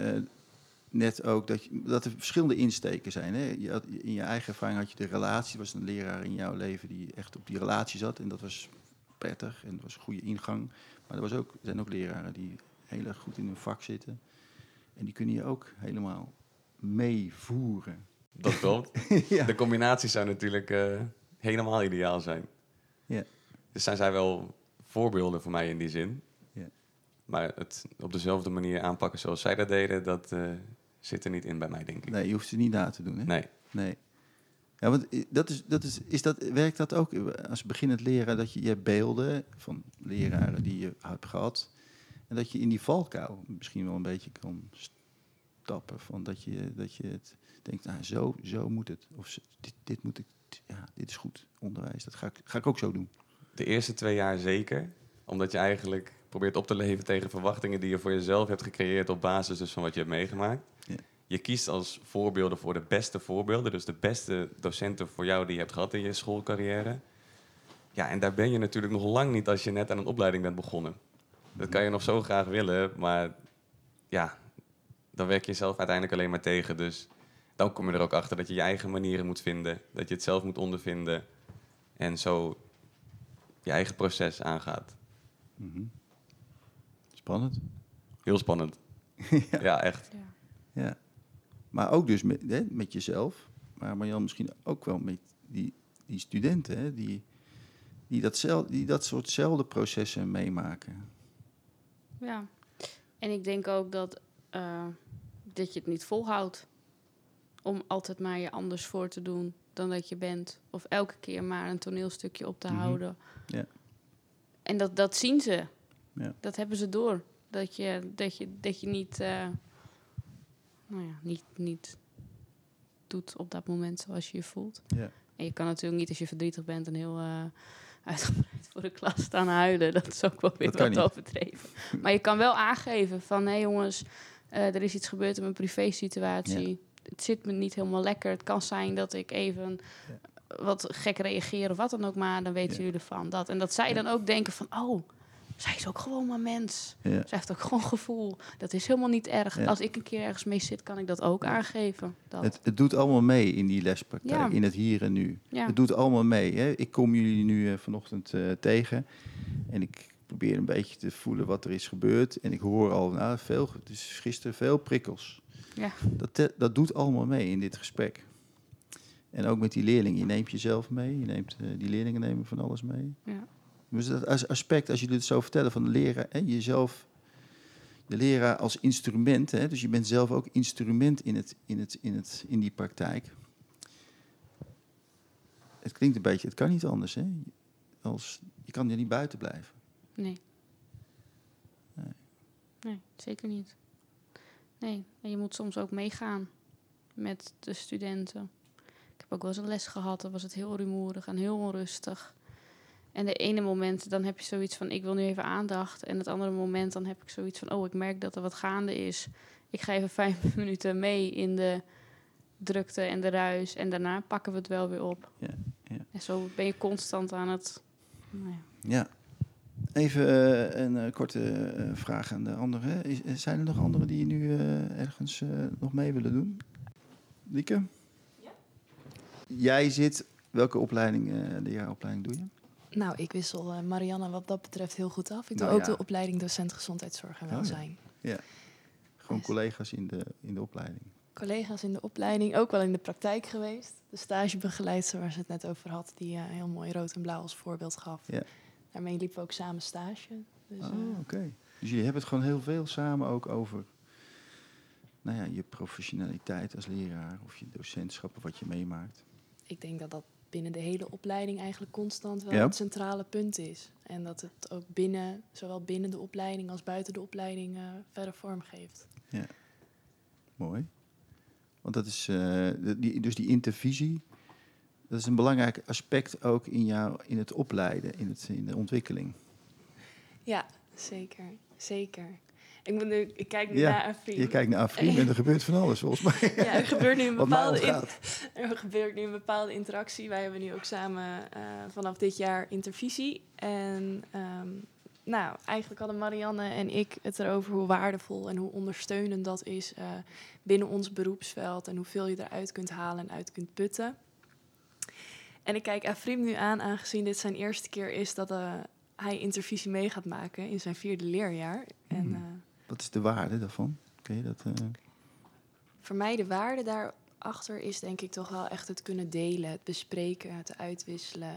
net ook dat er verschillende insteken zijn. Hè? In je eigen ervaring had je de relatie. Er was een leraar in jouw leven die echt op die relatie zat. En dat was prettig en dat was een goede ingang. Maar er zijn ook leraren die heel erg goed in hun vak zitten. En die kunnen je ook helemaal meevoeren. Dat klopt. Ja. De combinaties zou natuurlijk helemaal ideaal zijn. Ja. Dus zijn zij wel voorbeelden voor mij in die zin. Ja. Maar het op dezelfde manier aanpakken zoals zij dat deden, dat zit er niet in bij mij, denk ik. Nee, je hoeft ze niet na te doen, hè? Nee. Ja, want werkt dat ook als beginnend leraar, dat je hebt beelden van leraren die je hebt gehad en dat je in die valkuil misschien wel een beetje kan stappen van dat je het denkt, zo moet het, of dit moet ik, dit is goed onderwijs, dat ga ik ook zo doen. De eerste 2 jaar zeker, omdat je eigenlijk probeert op te leven tegen verwachtingen die je voor jezelf hebt gecreëerd op basis dus van wat je hebt meegemaakt. Ja. Je kiest als voorbeelden voor de beste voorbeelden. Dus de beste docenten voor jou die je hebt gehad in je schoolcarrière. Ja, en daar ben je natuurlijk nog lang niet als je net aan een opleiding bent begonnen. Dat kan je nog zo graag willen, maar ja, dan werk je jezelf uiteindelijk alleen maar tegen. Dus dan kom je er ook achter dat je je eigen manieren moet vinden. Dat je het zelf moet ondervinden. En zo je eigen proces aangaat. Mm-hmm. Spannend. Heel spannend. Ja, echt. Ja. Maar ook dus met jezelf. Maar Marjan misschien ook wel met die studenten. Hè, die dat soortzelfde processen meemaken. Ja. En ik denk ook dat je het niet volhoudt om altijd maar je anders voor te doen dan dat je bent. Of elke keer maar een toneelstukje op te houden. Ja. En dat zien ze. Ja. Dat hebben ze door. Dat je niet doet op dat moment zoals je je voelt. Ja. En je kan natuurlijk niet als je verdrietig bent en heel uitgebreid voor de klas staan huilen. Dat is ook wel weer wat overdreven. Maar je kan wel aangeven van, hé jongens, er is iets gebeurd in mijn privésituatie. Ja. Het zit me niet helemaal lekker. Het kan zijn dat ik even wat gek reageer of wat dan ook, maar dan weten jullie ervan. Dat. En dat zij dan ook denken van, oh, zij is ook gewoon maar mens. Ja. Zij heeft ook gewoon gevoel. Dat is helemaal niet erg. Ja. Als ik een keer ergens mee zit, kan ik dat ook aangeven. Dat. Het doet allemaal mee in die lespraktijk, in het hier en nu. Ja. Het doet allemaal mee. Hè? Ik kom jullie nu vanochtend tegen en ik probeer een beetje te voelen wat er is gebeurd. En ik hoor al, het is gisteren veel prikkels. Ja. Dat doet allemaal mee in dit gesprek. En ook met die leerlingen. Je neemt jezelf mee. Die leerlingen nemen van alles mee. Ja. Dus dat als aspect, als jullie het zo vertellen van de leraar, jezelf, de leraar als instrument, dus je bent zelf ook instrument in die praktijk. Het klinkt een beetje, het kan niet anders, hè? Je kan er niet buiten blijven. Nee, zeker niet. Nee, en je moet soms ook meegaan met de studenten. Ik heb ook wel eens een les gehad, dan was het heel rumoerig en heel onrustig. En de ene moment, dan heb je zoiets van, ik wil nu even aandacht. En het andere moment, dan heb ik zoiets van, oh, ik merk dat er wat gaande is. Ik ga even 5 minuten mee in de drukte en de ruis. En daarna pakken we het wel weer op. Ja. En zo ben je constant aan het... Ja. Even een korte vraag aan de anderen. Zijn er nog anderen die nu ergens nog mee willen doen? Lieke? Ja. Jij zit... Welke opleiding, leraaropleiding doe je? Nou, ik wissel Marianne wat dat betreft heel goed af. Ik doe ook de opleiding docent gezondheidszorg en welzijn. Ja. Gewoon collega's in de opleiding. Collega's in de opleiding, ook wel in de praktijk geweest. De stagebegeleidster waar ze het net over had, die heel mooi rood en blauw als voorbeeld gaf. Ja. Daarmee liepen we ook samen stage. Dus, oké. Dus jullie hebben het gewoon heel veel samen ook over je professionaliteit als leraar of je docentschap of wat je meemaakt. Ik denk dat binnen de hele opleiding eigenlijk constant wel het centrale punt is. En dat het ook zowel binnen de opleiding als buiten de opleiding verder vorm geeft. Ja, mooi. Want dat is dus die intervisie, dat is een belangrijk aspect ook in het opleiden, in de ontwikkeling. Ja, zeker. Ik kijk nu naar Afrim. Je kijkt naar Afrim en er gebeurt van alles volgens mij. Ja, er gebeurt nu een bepaalde interactie. Wij hebben nu ook samen vanaf dit jaar intervisie. En eigenlijk hadden Marianne en ik het erover hoe waardevol en hoe ondersteunend dat is binnen ons beroepsveld. En hoeveel je eruit kunt halen en uit kunt putten. En ik kijk Afrim nu aan, aangezien dit zijn eerste keer is dat hij intervisie mee gaat maken in zijn 4e leerjaar. En, wat is de waarde daarvan? Kun je dat? Voor mij de waarde daarachter is denk ik toch wel echt het kunnen delen, het bespreken, het uitwisselen.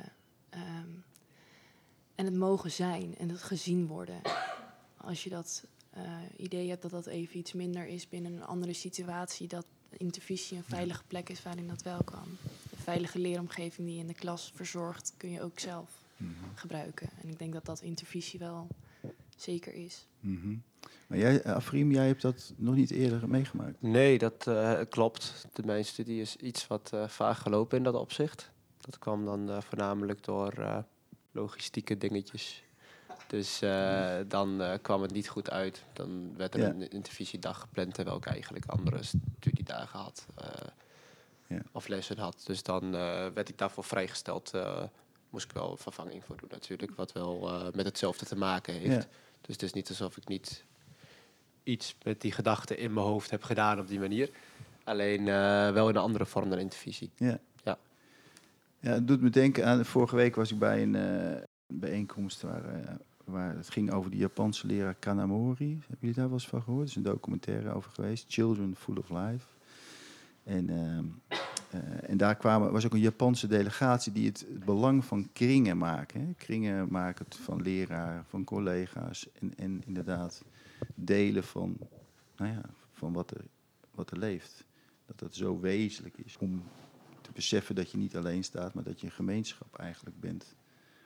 En het mogen zijn en het gezien worden. Als je dat idee hebt dat dat even iets minder is binnen een andere situatie, dat intervisie een veilige plek is waarin dat wel kan. De veilige leeromgeving die je in de klas verzorgt, kun je ook zelf gebruiken. En ik denk dat dat intervisie wel zeker is. Mm-hmm. Maar jij, Afrim, jij hebt dat nog niet eerder meegemaakt? Nee, dat klopt. Mijn studie is iets wat vaag gelopen in dat opzicht. Dat kwam dan voornamelijk door logistieke dingetjes. Dus dan kwam het niet goed uit. Dan werd er een intervisiedag gepland, terwijl ik eigenlijk andere studiedagen had. Of lessen had. Dus dan werd ik daarvoor vrijgesteld. Moest ik wel een vervanging voor doen natuurlijk. Wat wel met hetzelfde te maken heeft. Ja. Dus het is niet alsof ik niet iets met die gedachten in mijn hoofd heb gedaan op die manier. Alleen wel in een andere vorm dan intervisie. Ja, het doet me denken aan... Vorige week was ik bij een bijeenkomst waar het ging over de Japanse leraar Kanamori. Hebben jullie daar wel eens van gehoord? Er is een documentaire over geweest. Children Full of Life. En En daar was ook een Japanse delegatie die het belang van kringen maken. Hè. Kringen maken van leraren, van collega's. En inderdaad delen van, van wat er leeft. Dat het zo wezenlijk is om te beseffen dat je niet alleen staat, maar dat je een gemeenschap eigenlijk bent.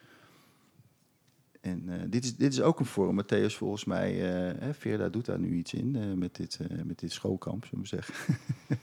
En dit is ook een vorm. Matthäus, volgens mij, Veerda doet daar nu iets in met dit schoolkamp, zullen we zeggen.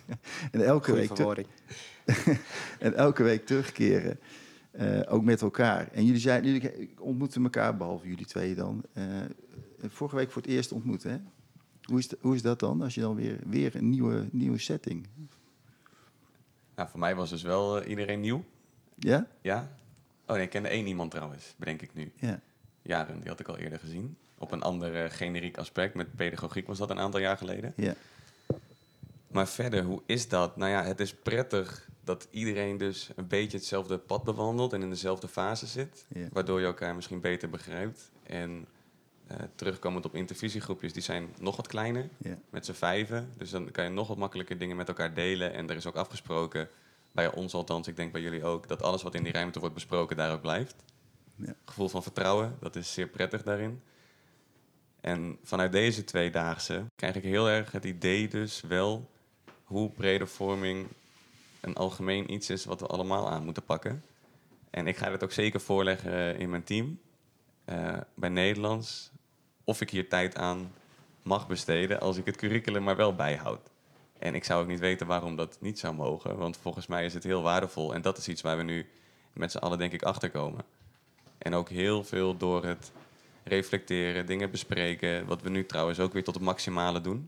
En elke week terugkeren, ook met elkaar. En jullie ontmoeten elkaar, behalve jullie twee dan, vorige week voor het eerst ontmoet, hè? Hoe is dat dan, als je dan weer een nieuwe setting? Nou, voor mij was dus wel iedereen nieuw. Ja? Ja. Oh nee, ik kende 1 iemand trouwens, bedenk ik nu. Ja. Jaren, die had ik al eerder gezien. Op een ander generiek aspect. Met pedagogiek was dat een aantal jaar geleden. Ja. Maar verder, hoe is dat? Nou ja, het is prettig dat iedereen dus een beetje hetzelfde pad bewandelt en in dezelfde fase zit. Ja. Waardoor je elkaar misschien beter begrijpt. En terugkomend op intervisiegroepjes, die zijn nog wat kleiner. Ja. Met z'n 5. Dus dan kan je nog wat makkelijker dingen met elkaar delen. En er is ook afgesproken, bij ons althans, ik denk bij jullie ook, dat alles wat in die ruimte wordt besproken daar ook blijft. Ja. Gevoel van vertrouwen, dat is zeer prettig daarin. En vanuit deze 2-daagse krijg ik heel erg het idee dus wel hoe brede vorming een algemeen iets is wat we allemaal aan moeten pakken. En ik ga dit ook zeker voorleggen in mijn team. Bij Nederlands, of ik hier tijd aan mag besteden als ik het curriculum maar wel bijhoud. En ik zou ook niet weten waarom dat niet zou mogen, want volgens mij is het heel waardevol. En dat is iets waar we nu met z'n allen denk ik achterkomen. En ook heel veel door het reflecteren, dingen bespreken, wat we nu trouwens ook weer tot het maximale doen.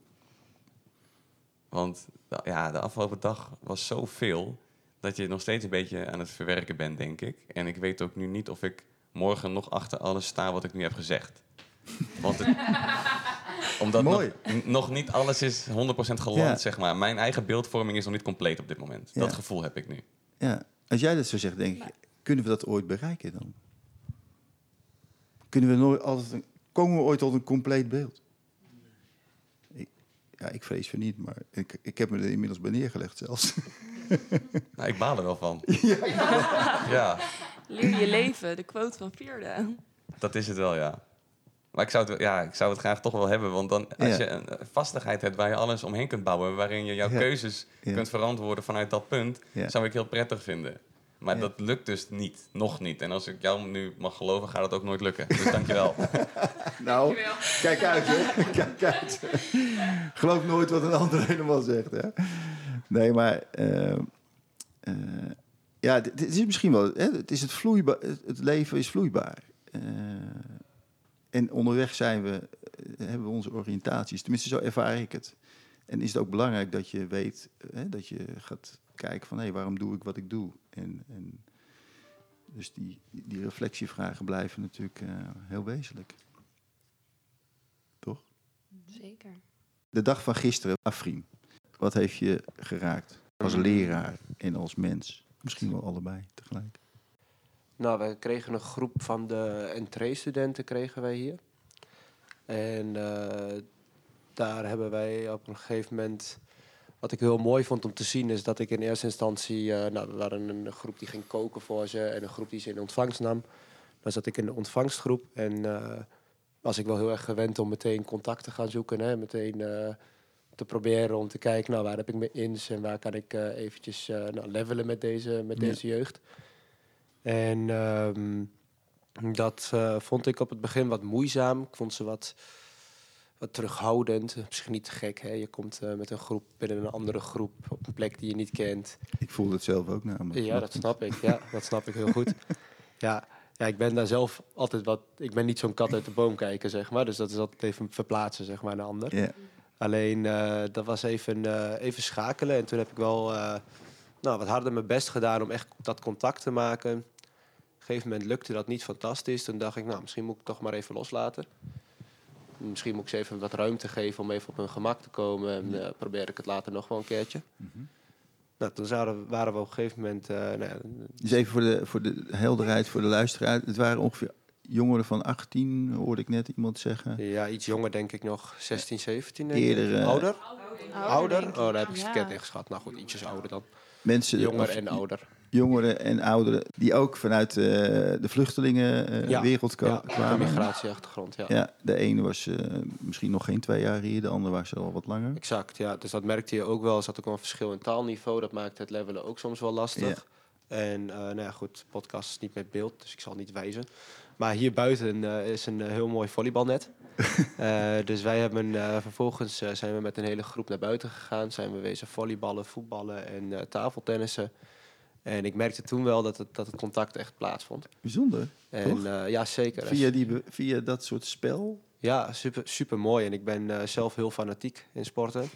Want ja, de afgelopen dag was zoveel dat je nog steeds een beetje aan het verwerken bent, denk ik. En ik weet ook nu niet of ik morgen nog achter alles sta wat ik nu heb gezegd. Want omdat nog niet alles is 100% geland, zeg maar. Mijn eigen beeldvorming is nog niet compleet op dit moment. Ja. Dat gevoel heb ik nu. Ja, als jij dat zo zegt, denk ik, kunnen we dat ooit bereiken dan? Komen we ooit tot een compleet beeld? Ik vrees van niet, maar ik heb me er inmiddels bij neergelegd zelfs. Nou, ik baal er wel van. Ja. Leer je leven, de quote van Veerda. Dat is het wel, ja. Maar ik zou het graag toch wel hebben. Want dan, als je een vastigheid hebt waar je alles omheen kunt bouwen, waarin je jouw keuzes kunt verantwoorden vanuit dat punt, zou ik heel prettig vinden. Maar dat lukt dus niet. Nog niet. En als ik jou nu mag geloven, gaat het ook nooit lukken. Dus dankjewel. Nou, dankjewel. Kijk uit, hè. Kijk uit. Geloof nooit wat een ander helemaal zegt, hè. Nee, maar het is misschien wel, hè, het vloeibaar. Het leven is vloeibaar. En onderweg hebben we onze oriëntaties. Tenminste, zo ervaar ik het. En is het ook belangrijk dat je weet, dat je gaat kijken van, waarom doe ik wat ik doe? En dus die reflectievragen blijven natuurlijk heel wezenlijk. Toch? Zeker. De dag van gisteren, Afrim. Wat heeft je geraakt? Als leraar en als mens? Misschien wel allebei tegelijk. Nou, wij kregen een groep van de entree-studenten kregen wij hier. En daar hebben wij op een gegeven moment... Wat ik heel mooi vond om te zien is dat ik in eerste instantie... we waren een groep die ging koken voor ze en een groep die ze in ontvangst nam. Dan zat ik in de ontvangstgroep en was ik wel heel erg gewend om meteen contact te gaan zoeken. Hè? Meteen te proberen om te kijken, waar heb ik mijn ins en waar kan ik eventjes levelen met deze jeugd. En dat vond ik op het begin wat moeizaam. Ik vond ze wat terughoudend. Op zich niet te gek, hè? Je komt met een groep binnen een andere groep op een plek die je niet kent. Ik voelde het zelf ook namelijk. Ja, dat snap ik. Ja, dat snap ik heel goed. Ja, ik ben daar zelf altijd ik ben niet zo'n kat uit de boom kijken, zeg maar. Dus dat is altijd even verplaatsen, zeg maar, naar een ander. Yeah. Alleen, dat was even schakelen. En toen heb ik wel wat harder mijn best gedaan om echt dat contact te maken. Op een gegeven moment lukte dat niet fantastisch. Toen dacht ik, misschien moet ik het toch maar even loslaten. Misschien moet ik ze even wat ruimte geven om even op hun gemak te komen. En probeer ik het later nog wel een keertje. Mm-hmm. Toen waren we op een gegeven moment... Dus even voor de helderheid, voor de luisteraar. Het waren ongeveer jongeren van 18, hoorde ik net iemand zeggen. Ja, iets jonger denk ik nog. 16, 17. Eerder. Ouder? Oh, daar heb ik ze verkeerd ingeschat. Nou goed, ietsjes ouder dan. mensen... Jonger en ouder. Jongeren en ouderen die ook vanuit de vluchtelingenwereld kwamen. Migratieachtergrond, ja. Ja, de ene was misschien nog geen 2 jaar hier, de andere was al wat langer. Exact, ja. Dus dat merkte je ook wel. Er zat ook wel een verschil in taalniveau. Dat maakte het levelen ook soms wel lastig. Ja. En goed, podcast is niet met beeld, dus ik zal niet wijzen. Maar hier buiten is een heel mooi volleybalnet. Dus wij hebben vervolgens zijn we met een hele groep naar buiten gegaan. Zijn we wezen volleyballen, voetballen en tafeltennissen. En ik merkte toen wel dat het contact echt plaatsvond. Bijzonder, en, ja, zeker. Via dat soort spel? Ja, super mooi. En ik ben zelf heel fanatiek in sporten.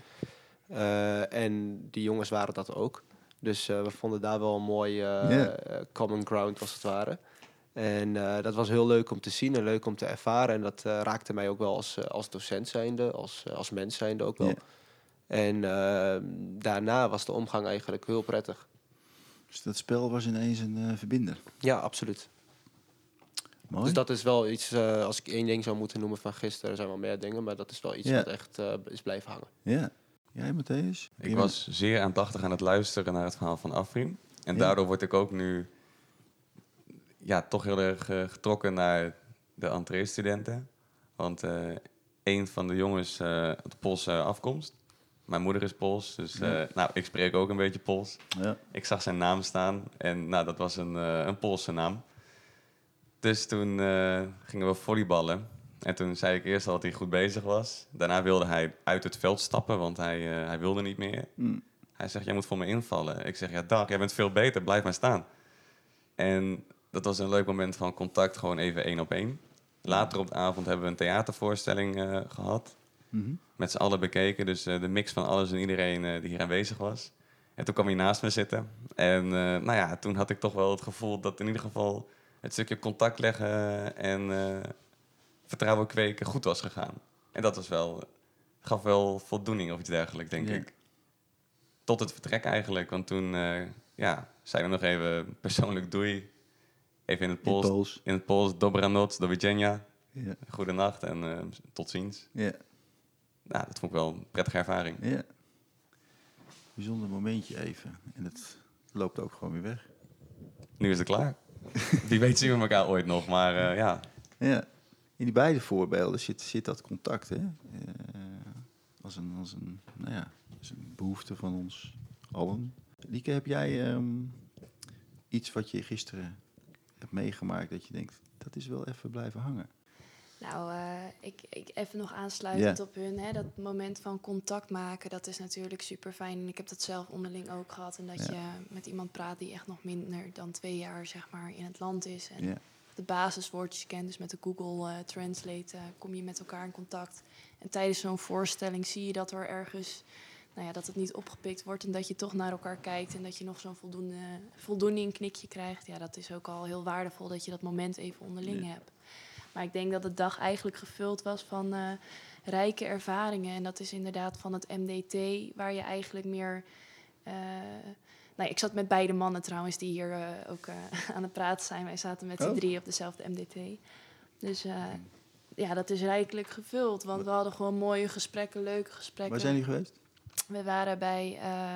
En die jongens waren dat ook. Dus we vonden daar wel een mooi common ground, als het ware. En dat was heel leuk om te zien en leuk om te ervaren. En dat raakte mij ook wel als docent zijnde, als mens zijnde ook wel. Yeah. En daarna was de omgang eigenlijk heel prettig. Dus dat spel was ineens een verbinder? Ja, absoluut. Mooi. Dus dat is wel iets, als ik 1 ding zou moeten noemen van gisteren, er zijn wel meer dingen, maar dat is wel iets wat echt is blijven hangen. Ja. Jij, Matthijs? Ik was zeer aandachtig aan het luisteren naar het verhaal van Afrin. En daardoor word ik ook nu toch heel erg getrokken naar de entree-studenten. Want een van de jongens had Poolse afkomst. Mijn moeder is Pools, dus ik spreek ook een beetje Pools. Ja. Ik zag zijn naam staan en dat was een Poolse naam. Dus toen gingen we volleyballen. En toen zei ik eerst al dat hij goed bezig was. Daarna wilde hij uit het veld stappen, want hij wilde niet meer. Hij zegt, jij moet voor me invallen. Ik zeg, ja dag, jij bent veel beter, blijf maar staan. En dat was een leuk moment van contact, gewoon even 1 op 1. Later op de avond hebben we een theatervoorstelling gehad. Met z'n allen bekeken, dus de mix van alles en iedereen die hier aanwezig was. En toen kwam hij naast me zitten. En toen had ik toch wel het gevoel dat in ieder geval het stukje contact leggen en vertrouwen kweken goed was gegaan. En dat gaf wel voldoening of iets dergelijks, denk ik. Tot het vertrek eigenlijk, want toen zei we nog even persoonlijk doei. Even in het Pools, dobranoc, do widzenia. Ja. Goedenacht en tot ziens. Ja. Nou, dat vond ik wel een prettige ervaring. Ja. Bijzonder momentje even. En het loopt ook gewoon weer weg. Nu is het klaar. Wie weet zien we elkaar ooit nog, maar ja. Ja. In die beide voorbeelden zit dat contact, hè? Als een behoefte van ons allen. Lieke, heb jij iets wat je gisteren hebt meegemaakt dat je denkt, dat is wel even blijven hangen? Nou, ik even nog aansluitend op hun. Hè, dat moment van contact maken, dat is natuurlijk super fijn. En ik heb dat zelf onderling ook gehad. En dat je met iemand praat die echt nog minder dan 2 jaar zeg maar, in het land is. En de basiswoordjes kent. Dus met de Google Translate kom je met elkaar in contact. En tijdens zo'n voorstelling zie je dat er ergens, dat het niet opgepikt wordt. En dat je toch naar elkaar kijkt. En dat je nog zo'n voldoening knikje krijgt. Ja, dat is ook al heel waardevol dat je dat moment even onderling hebt. Maar ik denk dat de dag eigenlijk gevuld was van rijke ervaringen. En dat is inderdaad van het MDT, waar je eigenlijk meer... ik zat met beide mannen trouwens, die hier ook aan het praten zijn. Wij zaten met z'n 3 op dezelfde MDT. Dus dat is rijkelijk gevuld. Want we hadden gewoon mooie gesprekken, leuke gesprekken. Waar zijn jullie geweest? We waren bij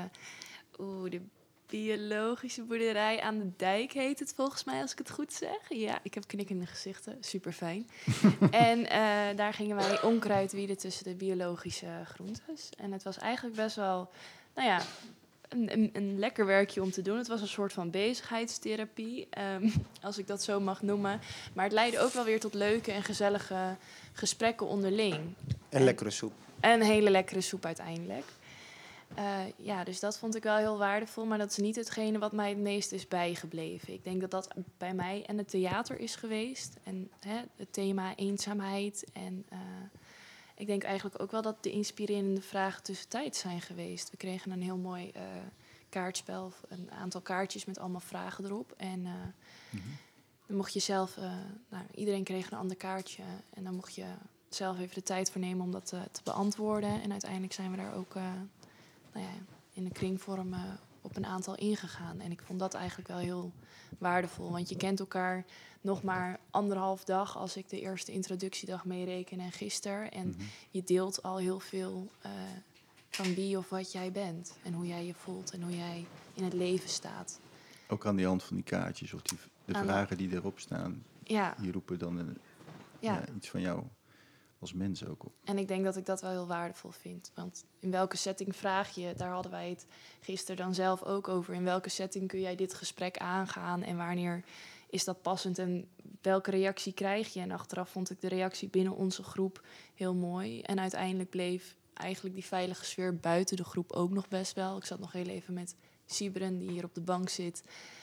de biologische boerderij aan de dijk heet het volgens mij, als ik het goed zeg. Ja, ik heb knikkende gezichten. Super fijn. En daar gingen wij onkruid wieden tussen de biologische groentes. En het was eigenlijk best wel, een lekker werkje om te doen. Het was een soort van bezigheidstherapie, als ik dat zo mag noemen. Maar het leidde ook wel weer tot leuke en gezellige gesprekken onderling. En lekkere soep. En een hele lekkere soep uiteindelijk. Dus dat vond ik wel heel waardevol. Maar dat is niet hetgene wat mij het meest is bijgebleven. Ik denk dat dat bij mij en het theater is geweest. En het thema eenzaamheid. En ik denk eigenlijk ook wel dat de inspirerende vragen tussentijds zijn geweest. We kregen een heel mooi kaartspel. Een aantal kaartjes met allemaal vragen erop. En dan mocht je zelf... iedereen kreeg een ander kaartje. En dan mocht je zelf even de tijd voor nemen om dat te beantwoorden. En uiteindelijk zijn we daar ook... in een kringvorm op een aantal ingegaan. En ik vond dat eigenlijk wel heel waardevol. Want je kent elkaar nog maar 1,5 dag... als ik de eerste introductiedag meereken en gisteren. En je deelt al heel veel van wie of wat jij bent. En hoe jij je voelt en hoe jij in het leven staat. Ook aan die hand van die kaartjes of de vragen die erop staan. Ja. Die roepen dan iets van jou als mens ook op. En ik denk dat ik dat wel heel waardevol vind. Want in welke setting vraag je? Daar hadden wij het gisteren dan zelf ook over. In welke setting kun jij dit gesprek aangaan? En wanneer is dat passend? En welke reactie krijg je? En achteraf vond ik de reactie binnen onze groep heel mooi. En uiteindelijk bleef eigenlijk die veilige sfeer buiten de groep ook nog best wel. Ik zat nog heel even met Sibren, die hier op de bank zit.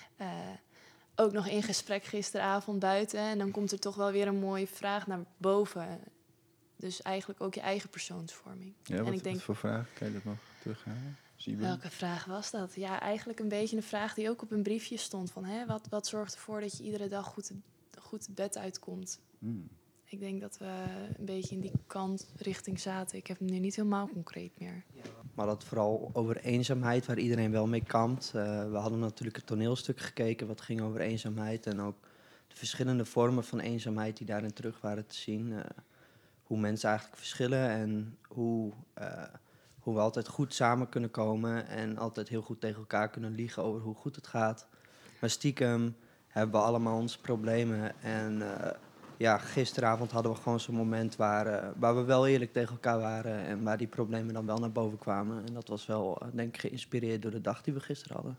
Ook nog in gesprek gisteravond buiten. En dan komt er toch wel weer een mooie vraag naar boven. Dus eigenlijk ook je eigen persoonsvorming. Ja, en ik denk, wat voor vraag? Kan je dat nog terughalen? Welke vraag was dat? Ja, eigenlijk een beetje een vraag die ook op een briefje stond. Van, wat zorgt ervoor dat je iedere dag goed het bed uitkomt? Ik denk dat we een beetje in die richting zaten. Ik heb hem nu niet helemaal concreet meer. Maar dat vooral over eenzaamheid, waar iedereen wel mee kampt. We hadden natuurlijk het toneelstuk gekeken wat ging over eenzaamheid. En ook de verschillende vormen van eenzaamheid die daarin terug waren te zien. Hoe mensen eigenlijk verschillen en hoe we altijd goed samen kunnen komen. En altijd heel goed tegen elkaar kunnen liegen over hoe goed het gaat. Maar stiekem hebben we allemaal onze problemen. En gisteravond hadden we gewoon zo'n moment waar we wel eerlijk tegen elkaar waren. En waar die problemen dan wel naar boven kwamen. En dat was wel, denk ik, geïnspireerd door de dag die we gisteren hadden.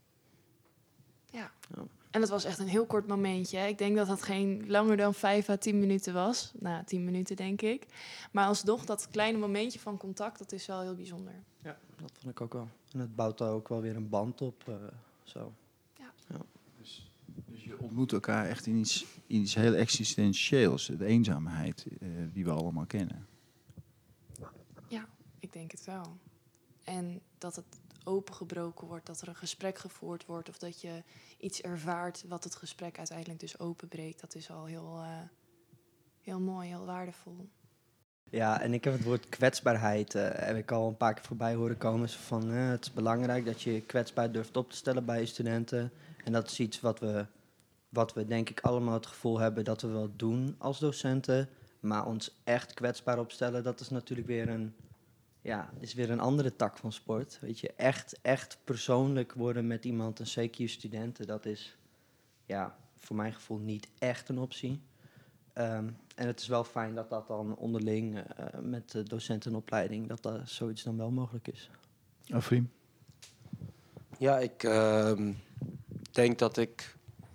Ja. En het was echt een heel kort momentje. Hè. Ik denk dat het geen langer dan 5 à 10 minuten was. Nou, 10 minuten denk ik. Maar alsnog, dat kleine momentje van contact, dat is wel heel bijzonder. Ja, dat vond ik ook wel. En het bouwt ook wel weer een band op. Zo. Ja. Dus je ontmoet elkaar echt in iets heel existentieels. De eenzaamheid die we allemaal kennen. Ja, ik denk het wel. En dat het opengebroken wordt, dat er een gesprek gevoerd wordt of dat je iets ervaart wat het gesprek uiteindelijk dus openbreekt, dat is al heel mooi, heel waardevol. Ja, en ik heb het woord kwetsbaarheid heb ik al een paar keer voorbij horen komen. Zo van, het is belangrijk dat je kwetsbaar durft op te stellen bij je studenten. En dat is iets wat we denk ik allemaal het gevoel hebben dat we wel doen als docenten. Maar ons echt kwetsbaar opstellen, dat is natuurlijk weer een andere tak van sport. Weet je, echt persoonlijk worden met iemand, en zeker je studenten, dat is voor mijn gevoel niet echt een optie. En het is wel fijn dat dat dan onderling met de docentenopleiding, dat zoiets dan wel mogelijk is. Afrim? Ja, ik denk dat ik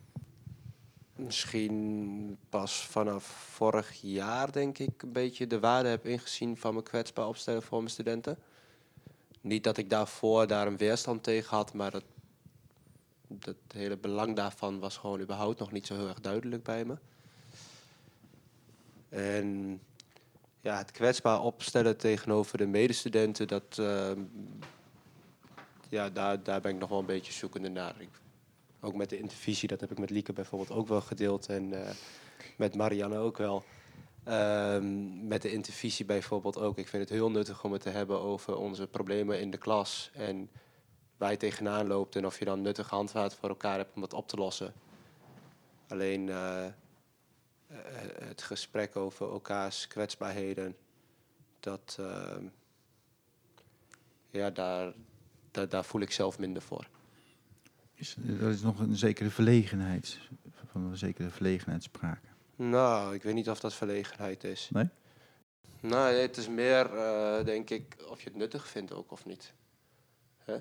misschien pas vanaf vorig jaar, denk ik, een beetje de waarde heb ingezien van me kwetsbaar opstellen voor mijn studenten. Niet dat ik daarvoor daar een weerstand tegen had, maar het hele belang daarvan was gewoon überhaupt nog niet zo heel erg duidelijk bij me. En ja, het kwetsbaar opstellen tegenover de medestudenten, daar ben ik nog wel een beetje zoekende naar. Ook met de intervisie, dat heb ik met Lieke bijvoorbeeld ook wel gedeeld. En met Marianne ook wel. Met de intervisie bijvoorbeeld ook. Ik vind het heel nuttig om het te hebben over onze problemen in de klas. En waar je tegenaan loopt en of je dan nuttige handvaten voor elkaar hebt om dat op te lossen. Alleen het gesprek over elkaars kwetsbaarheden, daar voel ik zelf minder voor. Dat is nog een zekere verlegenheid, van een zekere verlegenheid sprake. Nou, ik weet niet of dat verlegenheid is. Nee? Nou, het is meer, denk ik, of je het nuttig vindt ook of niet. Hè?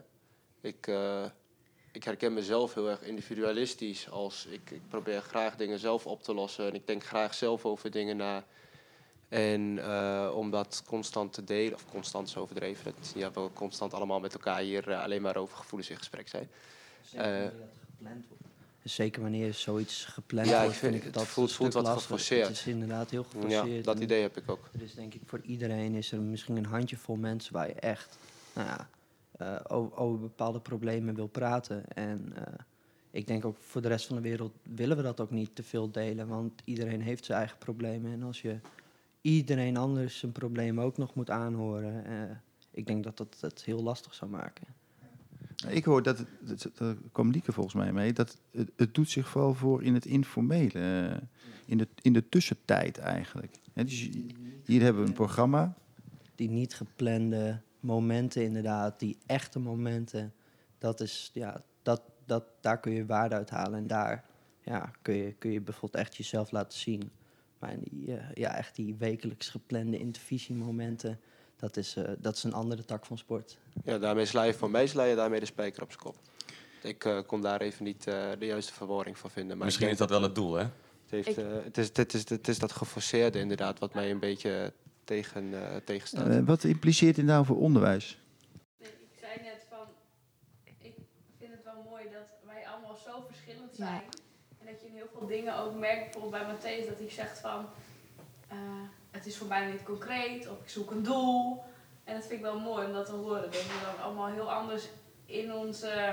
Ik herken mezelf heel erg individualistisch. Ik probeer graag dingen zelf op te lossen. En ik denk graag zelf over dingen na. En om dat constant te delen, of constant is overdreven. We constant allemaal met elkaar hier alleen maar over gevoelens in gesprek zijn. Zeker wanneer dat gepland wordt. Zeker wanneer zoiets gepland wordt, ik vind het dat voelt wat lastig. geforceerd. Het is inderdaad heel geforceerd. Ja, dat idee heb ik ook. Er is denk ik voor iedereen is er misschien een handjevol mensen waar je echt over bepaalde problemen wil praten. En ik denk ook voor de rest van de wereld willen we dat ook niet te veel delen. Want iedereen heeft zijn eigen problemen. En als je iedereen anders zijn probleem ook nog moet aanhoren, ik denk dat dat het heel lastig zou maken. Ik hoor daar kwam Lieke volgens mij mee, dat het doet zich vooral voor in het informele, in de tussentijd eigenlijk. Dus hier hebben we een programma. Die niet geplande momenten inderdaad, die echte momenten, dat is, ja, daar kun je waarde uit halen. En daar kun je bijvoorbeeld echt jezelf laten zien. Maar echt die wekelijks geplande intervisiemomenten, dat is een andere tak van sport. Ja, daarmee sla je daarmee de spijker op zijn kop. Ik kon daar even niet de juiste verwoording van vinden. Maar Misschien is dat wel het doel, hè? Het is dat geforceerde inderdaad wat mij een beetje tegenstaat. Wat impliceert dit nou voor onderwijs? Ik zei net van, ik vind het wel mooi dat wij allemaal zo verschillend zijn. En dat je in heel veel dingen ook merkt, bijvoorbeeld bij Matthäus, dat hij zegt van, het is voor mij niet concreet, of ik zoek een doel. En dat vind ik wel mooi om dat te horen, dat we dan allemaal heel anders in onze...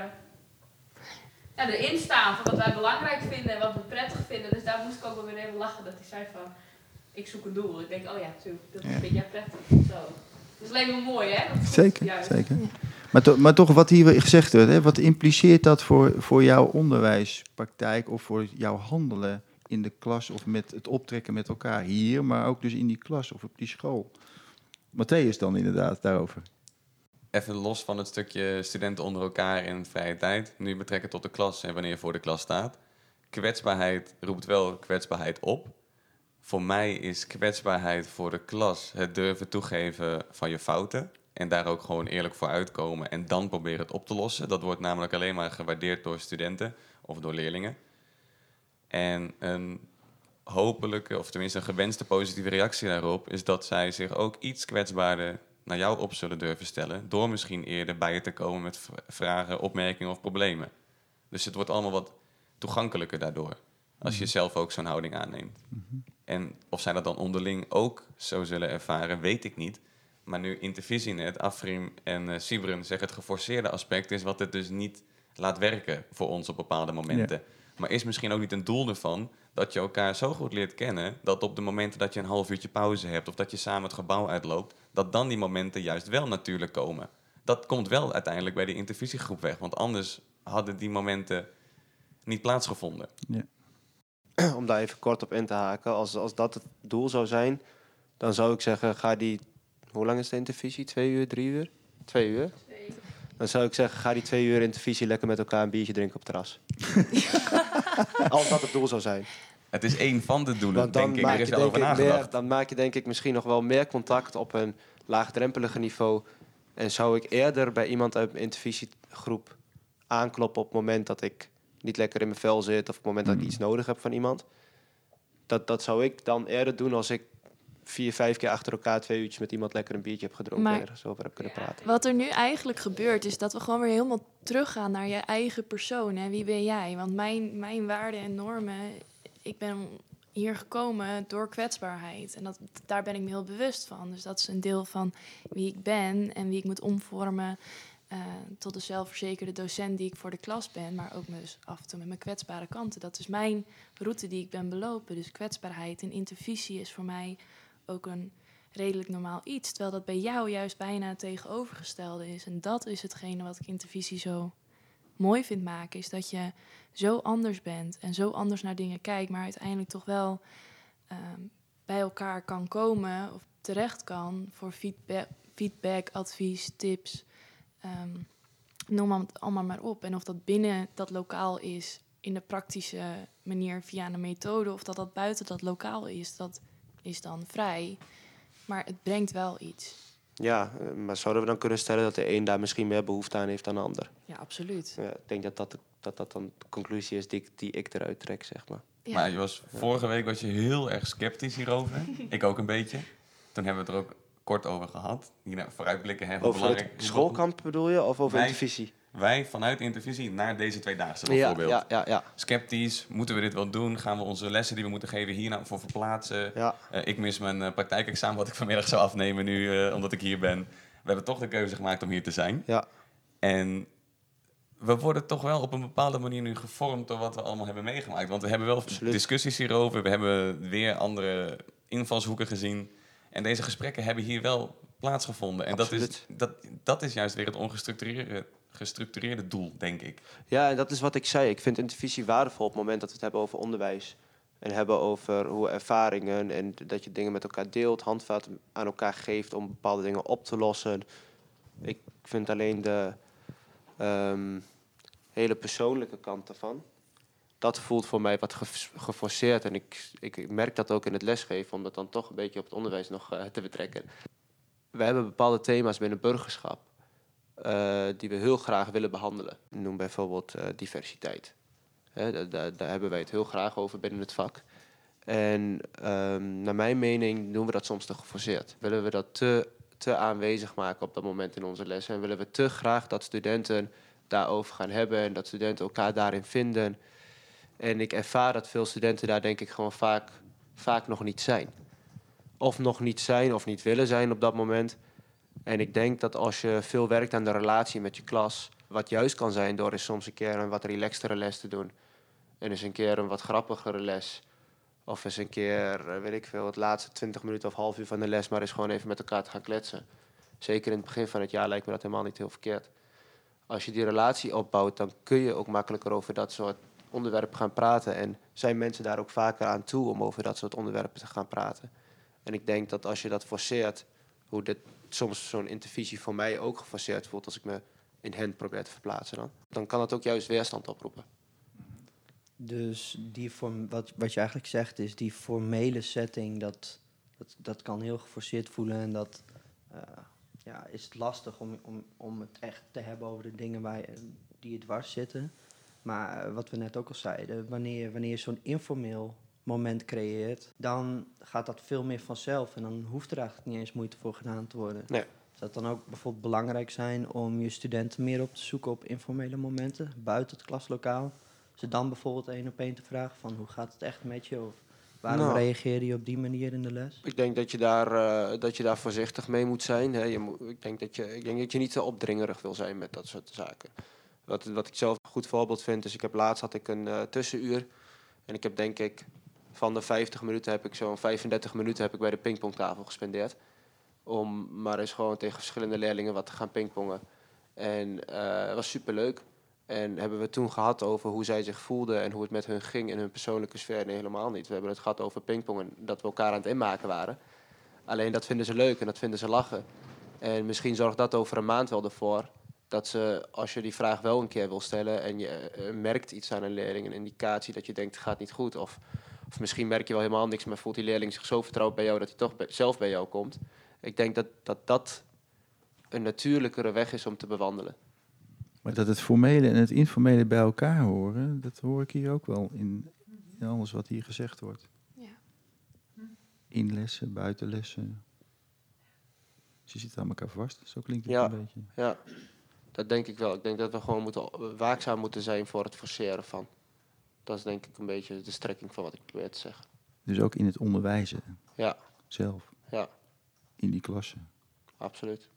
erin staan van wat wij belangrijk vinden en wat we prettig vinden. Dus daar moest ik ook wel weer even lachen dat hij zei van, ik zoek een doel. Ik denk, oh ja, natuurlijk, dat vind jij prettig. Zo. Dat is alleen maar mooi, hè? Dat Zeker, juist. zeker. Maar toch wat hier gezegd wordt, hè, wat impliceert dat voor jouw onderwijspraktijk of voor jouw handelen in de klas of met het optrekken met elkaar hier, maar ook dus in die klas of op die school? Matthäus dan inderdaad daarover. Even los van het stukje studenten onder elkaar in vrije tijd. Nu betrekken tot de klas en wanneer je voor de klas staat. Kwetsbaarheid roept wel kwetsbaarheid op. Voor mij is kwetsbaarheid voor de klas het durven toegeven van je fouten. En daar ook gewoon eerlijk voor uitkomen en dan proberen het op te lossen. Dat wordt namelijk alleen maar gewaardeerd door studenten of door leerlingen. En een hopelijke, of tenminste een gewenste positieve reactie daarop is dat zij zich ook iets kwetsbaarder naar jou op zullen durven stellen, door misschien eerder bij je te komen met vragen, opmerkingen of problemen. Dus het wordt allemaal wat toegankelijker daardoor, als je zelf ook zo'n houding aanneemt. En of zij dat dan onderling ook zo zullen ervaren, weet ik niet. Maar nu Intervisienet, Afrim en Sibren zeggen het geforceerde aspect is wat het dus niet laat werken voor ons op bepaalde momenten. Ja. Maar is misschien ook niet een doel ervan dat je elkaar zo goed leert kennen dat op de momenten dat je een half uurtje pauze hebt of dat je samen het gebouw uitloopt, dat dan die momenten juist wel natuurlijk komen. Dat komt wel uiteindelijk bij de intervisiegroep weg, want anders hadden die momenten niet plaatsgevonden. Ja. Om daar even kort op in te haken, als dat het doel zou zijn, dan zou ik zeggen, hoe lang is de intervisie? 2 uur, 3 uur? 2 uur? 2. Dan zou ik zeggen, ga die 2 uur intervisie lekker met elkaar een biertje drinken op het terras. Als dat het doel zou zijn. Het is één van de doelen, denk ik. Er is wel over nagedacht. Dan maak je denk ik misschien nog wel meer contact op een laagdrempelige niveau. En zou ik eerder bij iemand uit mijn intervisiegroep aankloppen op het moment dat ik niet lekker in mijn vel zit of op het moment dat ik iets nodig heb van iemand. Dat zou ik dan eerder doen als ik 4, 5 keer achter elkaar 2 uurtjes met iemand lekker een biertje heb gedronken en er zo over heb kunnen praten. Wat er nu eigenlijk gebeurt is dat we gewoon weer helemaal teruggaan naar je eigen persoon. Hè? Wie ben jij? Want mijn waarden en normen, ik ben hier gekomen door kwetsbaarheid. En daar ben ik me heel bewust van. Dus dat is een deel van wie ik ben en wie ik moet omvormen tot de zelfverzekerde docent die ik voor de klas ben. Maar ook dus af en toe met mijn kwetsbare kanten. Dat is mijn route die ik ben belopen. Dus kwetsbaarheid en intervisie is voor mij ook een redelijk normaal iets. Terwijl dat bij jou juist bijna het tegenovergestelde is. En dat is hetgene wat ik intervisie zo mooi vind maken. Is dat je zo anders bent en zo anders naar dingen kijkt. Maar uiteindelijk toch wel bij elkaar kan komen of terecht kan voor feedback, advies, tips. Noem het allemaal maar op. En of dat binnen dat lokaal is in de praktische manier via een methode, of dat buiten dat lokaal is, dat is dan vrij. Maar het brengt wel iets. Ja, maar zouden we dan kunnen stellen dat de een daar misschien meer behoefte aan heeft dan de ander? Ja, absoluut. Ja, ik denk dat dan de conclusie is die ik eruit trek, zeg maar. Ja. Maar vorige week was je heel erg sceptisch hierover. Ik ook een beetje. Toen hebben we het er ook kort over gehad. Hier vooruitblikken. Hè, over het schoolkamp bedoel je? Of over intervisie? Wij vanuit intervisie naar deze 2-daagse bijvoorbeeld. Ja. Sceptisch, moeten we dit wel doen? Gaan we onze lessen die we moeten geven hier nou voor verplaatsen? Ja. Ik mis mijn praktijkexamen wat ik vanmiddag zou afnemen nu, omdat ik hier ben. We hebben toch de keuze gemaakt om hier te zijn. Ja. En we worden toch wel op een bepaalde manier nu gevormd door wat we allemaal hebben meegemaakt. Want we hebben wel discussies hierover. We hebben weer andere invalshoeken gezien. En deze gesprekken hebben hier wel plaatsgevonden. En dat is juist weer het ongestructureerde doel, denk ik. Ja, en dat is wat ik zei. Ik vind intervisie waardevol op het moment dat we het hebben over onderwijs. En hebben over hoe ervaringen en dat je dingen met elkaar deelt, handvaten aan elkaar geeft om bepaalde dingen op te lossen. Ik vind alleen hele persoonlijke kant ervan. Dat voelt voor mij wat geforceerd. En ik merk dat ook in het lesgeven, om dat dan toch een beetje op het onderwijs nog te betrekken. We hebben bepaalde thema's binnen burgerschap die we heel graag willen behandelen. Noem bijvoorbeeld diversiteit. Daar hebben wij het heel graag over binnen het vak. En naar mijn mening doen we dat soms te geforceerd. Willen we dat te aanwezig maken op dat moment in onze lessen. En willen we te graag dat studenten daarover gaan hebben en dat studenten elkaar daarin vinden. En ik ervaar dat veel studenten daar denk ik gewoon vaak nog niet zijn. Of nog niet zijn of niet willen zijn op dat moment. En ik denk dat als je veel werkt aan de relatie met je klas, wat juist kan zijn door eens soms een keer een wat relaxtere les te doen. En eens een keer een wat grappigere les. Of eens een keer, weet ik veel, het laatste 20 minuten of half uur van de les maar eens gewoon even met elkaar te gaan kletsen. Zeker in het begin van het jaar lijkt me dat helemaal niet heel verkeerd. Als je die relatie opbouwt, dan kun je ook makkelijker over dat soort onderwerpen gaan praten. En zijn mensen daar ook vaker aan toe om over dat soort onderwerpen te gaan praten. En ik denk dat als je dat forceert, hoe dit soms zo'n intervisie voor mij ook geforceerd voelt als ik me in hen probeer te verplaatsen, dan kan het ook juist weerstand oproepen. Dus wat je eigenlijk zegt is, die formele setting, dat kan heel geforceerd voelen. En dat is het lastig om het echt te hebben over de dingen die het dwars zitten. Maar wat we net ook al zeiden, wanneer je zo'n informeel moment creëert, dan gaat dat veel meer vanzelf. En dan hoeft er eigenlijk niet eens moeite voor gedaan te worden. Nee. Zou het dan ook bijvoorbeeld belangrijk zijn om je studenten meer op te zoeken op informele momenten, buiten het klaslokaal? Ze dan bijvoorbeeld 1-op-1 te vragen van hoe gaat het echt met je? Of waarom reageer je op die manier in de les? Ik denk dat je daar voorzichtig mee moet zijn. Hè. Ik denk dat je niet te opdringerig wil zijn met dat soort zaken. Wat ik zelf een goed voorbeeld vind is, laatst had ik een tussenuur. En ik heb denk ik van de 50 minuten heb ik zo'n 35 minuten bij de pingpongtafel gespendeerd. Om maar eens gewoon tegen verschillende leerlingen wat te gaan pingpongen. En het was superleuk. En hebben we toen gehad over hoe zij zich voelden en hoe het met hun ging in hun persoonlijke sfeer? Nee, helemaal niet. We hebben het gehad over pingpong en dat we elkaar aan het inmaken waren. Alleen dat vinden ze leuk en dat vinden ze lachen. En misschien zorgt dat over een maand wel ervoor dat ze, als je die vraag wel een keer wil stellen en je merkt iets aan een leerling, een indicatie dat je denkt het gaat niet goed. Of misschien merk je wel helemaal niks, maar voelt die leerling zich zo vertrouwd bij jou dat hij toch zelf bij jou komt. Ik denk dat een natuurlijkere weg is om te bewandelen. Maar dat het formele en het informele bij elkaar horen, dat hoor ik hier ook wel in alles wat hier gezegd wordt. Ja. Inlessen, buitenlessen. Ze zitten aan elkaar vast, zo klinkt het een beetje. Ja, dat denk ik wel. Ik denk dat we gewoon waakzaam moeten zijn voor het forceren van. Dat is denk ik een beetje de strekking van wat ik probeer te zeggen. Dus ook in het onderwijzen? Ja. Zelf? Ja. In die klassen? Absoluut.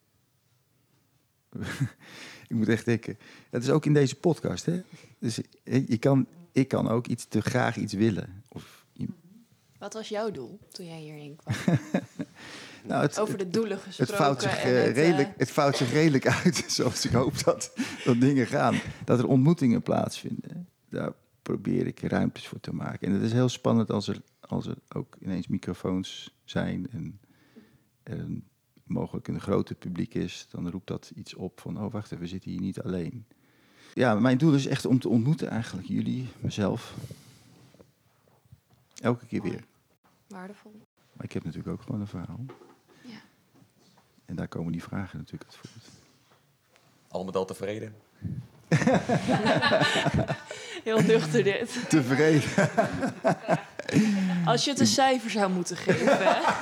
Ik moet echt denken. Dat is ook in deze podcast, hè? Dus ik kan ook graag iets willen. Wat was jouw doel toen jij hierheen kwam? Over de doelen gesproken. Het vouwt zich redelijk uit, zoals ik hoop dat dingen gaan. Dat er ontmoetingen plaatsvinden. Daar probeer ik ruimtes voor te maken. En het is heel spannend als er ook ineens microfoons zijn en mogelijk een groter publiek is, dan roept dat iets op van, oh wacht even, we zitten hier niet alleen. Ja, mijn doel is echt om te ontmoeten eigenlijk, jullie, mezelf. Elke keer weer. Waardevol. Maar ik heb natuurlijk ook gewoon een verhaal. Ja. En daar komen die vragen natuurlijk uit voort. Al met al tevreden. Heel nuchter dit. Tevreden. Als je het een cijfer zou moeten geven.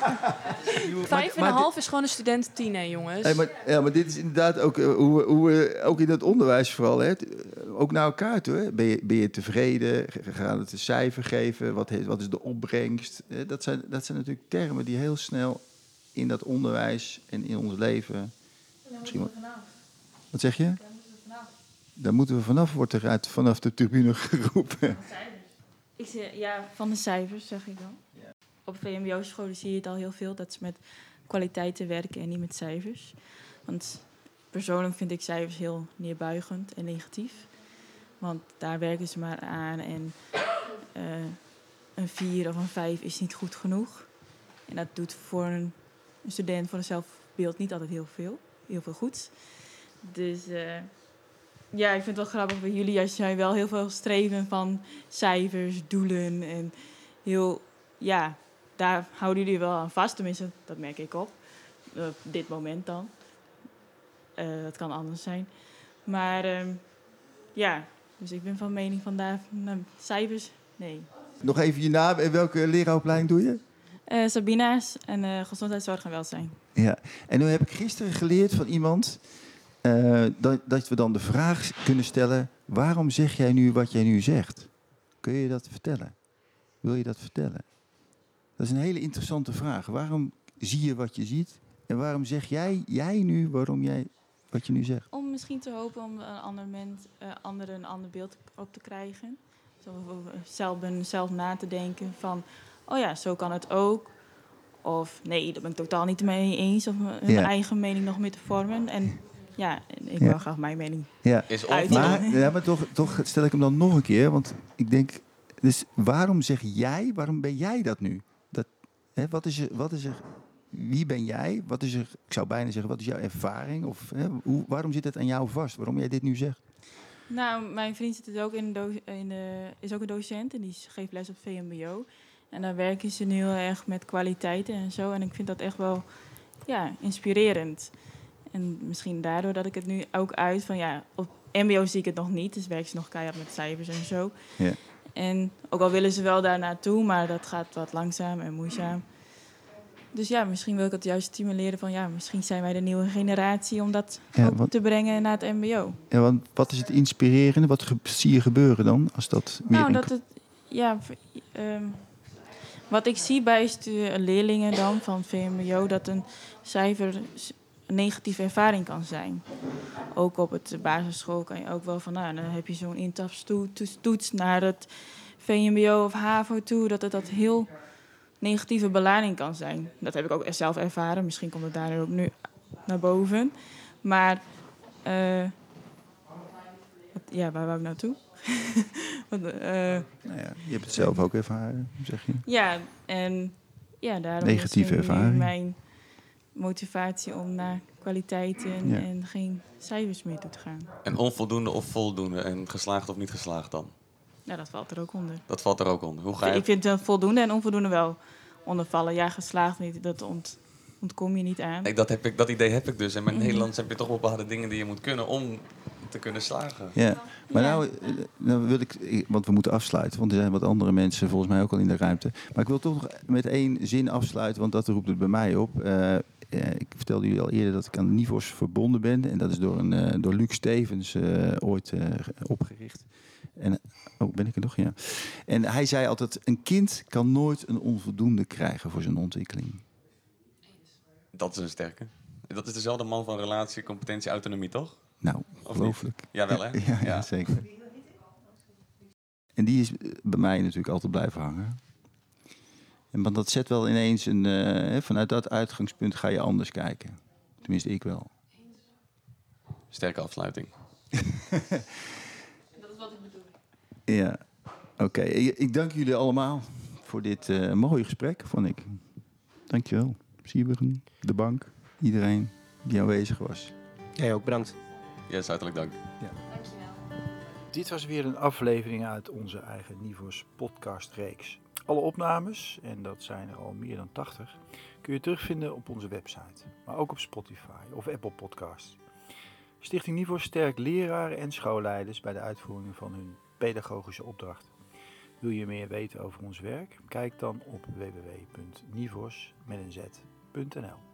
5,5 is gewoon een student 10, hè, jongens. Maar dit is inderdaad ook hoe we ook in het onderwijs vooral, hè, ook naar elkaar toe. Hè. Ben je tevreden? Gaan het een cijfer geven? Wat is de opbrengst? Dat zijn natuurlijk termen die heel snel in dat onderwijs en in ons leven. Wat zeg je? Daar moeten we vanaf, wordt eruit vanaf de tribune geroepen. Van de cijfers, zeg ik dan. Ja. Op VMBO-scholen zie je het al heel veel, dat ze met kwaliteiten werken en niet met cijfers. Want persoonlijk vind ik cijfers heel neerbuigend en negatief. Want daar werken ze maar aan en een 4 of een 5 is niet goed genoeg. En dat doet voor een student, voor een zelfbeeld niet altijd heel veel goeds. Dus Ja, ik vind het wel grappig bij jullie. Als jij wel heel veel streven van cijfers, doelen en heel... Ja, daar houden jullie wel aan vast. Tenminste, dat merk ik op dit moment dan. Dat kan anders zijn. Maar ja, dus ik ben van mening vandaag cijfers, nee. Nog even je naam en welke leraaropleiding doe je? Sabina's en gezondheidszorg en welzijn. Ja, en nu heb ik gisteren geleerd van iemand dat we dan de vraag kunnen stellen: waarom zeg jij nu wat jij nu zegt? Kun je dat vertellen? Wil je dat vertellen? Dat is een hele interessante vraag. Waarom zie je wat je ziet? En waarom zeg jij nu waarom jij wat je nu zegt? Om misschien te hopen om anderen een ander beeld op te krijgen. Zelf na te denken van, oh ja, zo kan het ook. Of nee, daar ben ik totaal niet mee eens. Of hun eigen mening nog meer te vormen. En ja, ik wil graag mijn mening uiten. Maar toch stel ik hem dan nog een keer. Want ik denk, dus waarom ben jij dat nu? Wat is er, wie ben jij? Wat is er, ik zou bijna zeggen, wat is jouw ervaring? Of waarom zit het aan jou vast? Waarom jij dit nu zegt? Nou, mijn vriend zit ook is ook een docent en die geeft les op VMBO. En daar werken ze nu heel erg met kwaliteiten en zo. En ik vind dat echt wel inspirerend. En misschien daardoor dat ik het nu ook uit van op MBO zie ik het nog niet. Dus werken ze nog keihard met cijfers en zo. Ja. En ook al willen ze wel daar naartoe, maar dat gaat wat langzaam en moeizaam. Dus ja, misschien wil ik het juist stimuleren van misschien zijn wij de nieuwe generatie om dat ook te brengen naar het MBO. Ja, want wat is het inspirerende? Wat zie je gebeuren dan? Als dat meer wat ik zie bij leerlingen dan van VMBO, dat een cijfer een negatieve ervaring kan zijn. Ook op het basisschool kan je ook wel van, dan heb je zo'n intapstoets naar het VMBO of HAVO toe, dat heel negatieve belading kan zijn. Dat heb ik ook zelf ervaren. Misschien komt het daar ook nu naar boven. Maar, waar wou ik naartoe? je hebt het zelf ook ervaren, zeg je. Ja, en daarom negatieve is ervaring. Mijn motivatie om naar kwaliteiten en geen cijfers meer toe te gaan. En onvoldoende of voldoende en geslaagd of niet geslaagd dan? Ja, dat valt er ook onder. Dat valt er ook onder. Hoe ga je... Ik vind voldoende en onvoldoende wel ondervallen. Ja, geslaagd niet, dat ontkom je niet aan. Dat idee heb ik dus. En met Nederlands heb je toch bepaalde dingen die je moet kunnen om te kunnen slagen. Ja, maar nou wil ik, want we moeten afsluiten, want er zijn wat andere mensen volgens mij ook al in de ruimte. Maar ik wil toch nog met één zin afsluiten, want dat roept het bij mij op. Ik vertelde jullie al eerder dat ik aan Nivos verbonden ben. En dat is door Luc Stevens ooit opgericht. En, ben ik er nog? Ja. En hij zei altijd, een kind kan nooit een onvoldoende krijgen voor zijn ontwikkeling. Dat is een sterke. Dat is dezelfde man van relatie, competentie, autonomie, toch? Nou, ongelooflijk. Jawel, hè? Ja, zeker. En die is bij mij natuurlijk altijd blijven hangen. Want dat zet wel ineens vanuit dat uitgangspunt ga je anders kijken. Tenminste, ik wel. Sterke afsluiting. Dat is wat ik bedoel. Ja, oké. Ik dank jullie allemaal voor dit mooie gesprek, vond ik. Dankjewel. Sieberen, de bank, iedereen die aanwezig was. Jij ook, bedankt. Yes, hartelijk dank. Ja. Dit was weer een aflevering uit onze eigen Nivos podcastreeks. Alle opnames, en dat zijn er al meer dan 80, kun je terugvinden op onze website. Maar ook op Spotify of Apple Podcasts. Stichting Nivos sterkt leraren en schoolleiders bij de uitvoering van hun pedagogische opdracht. Wil je meer weten over ons werk? Kijk dan op www.nivos.nl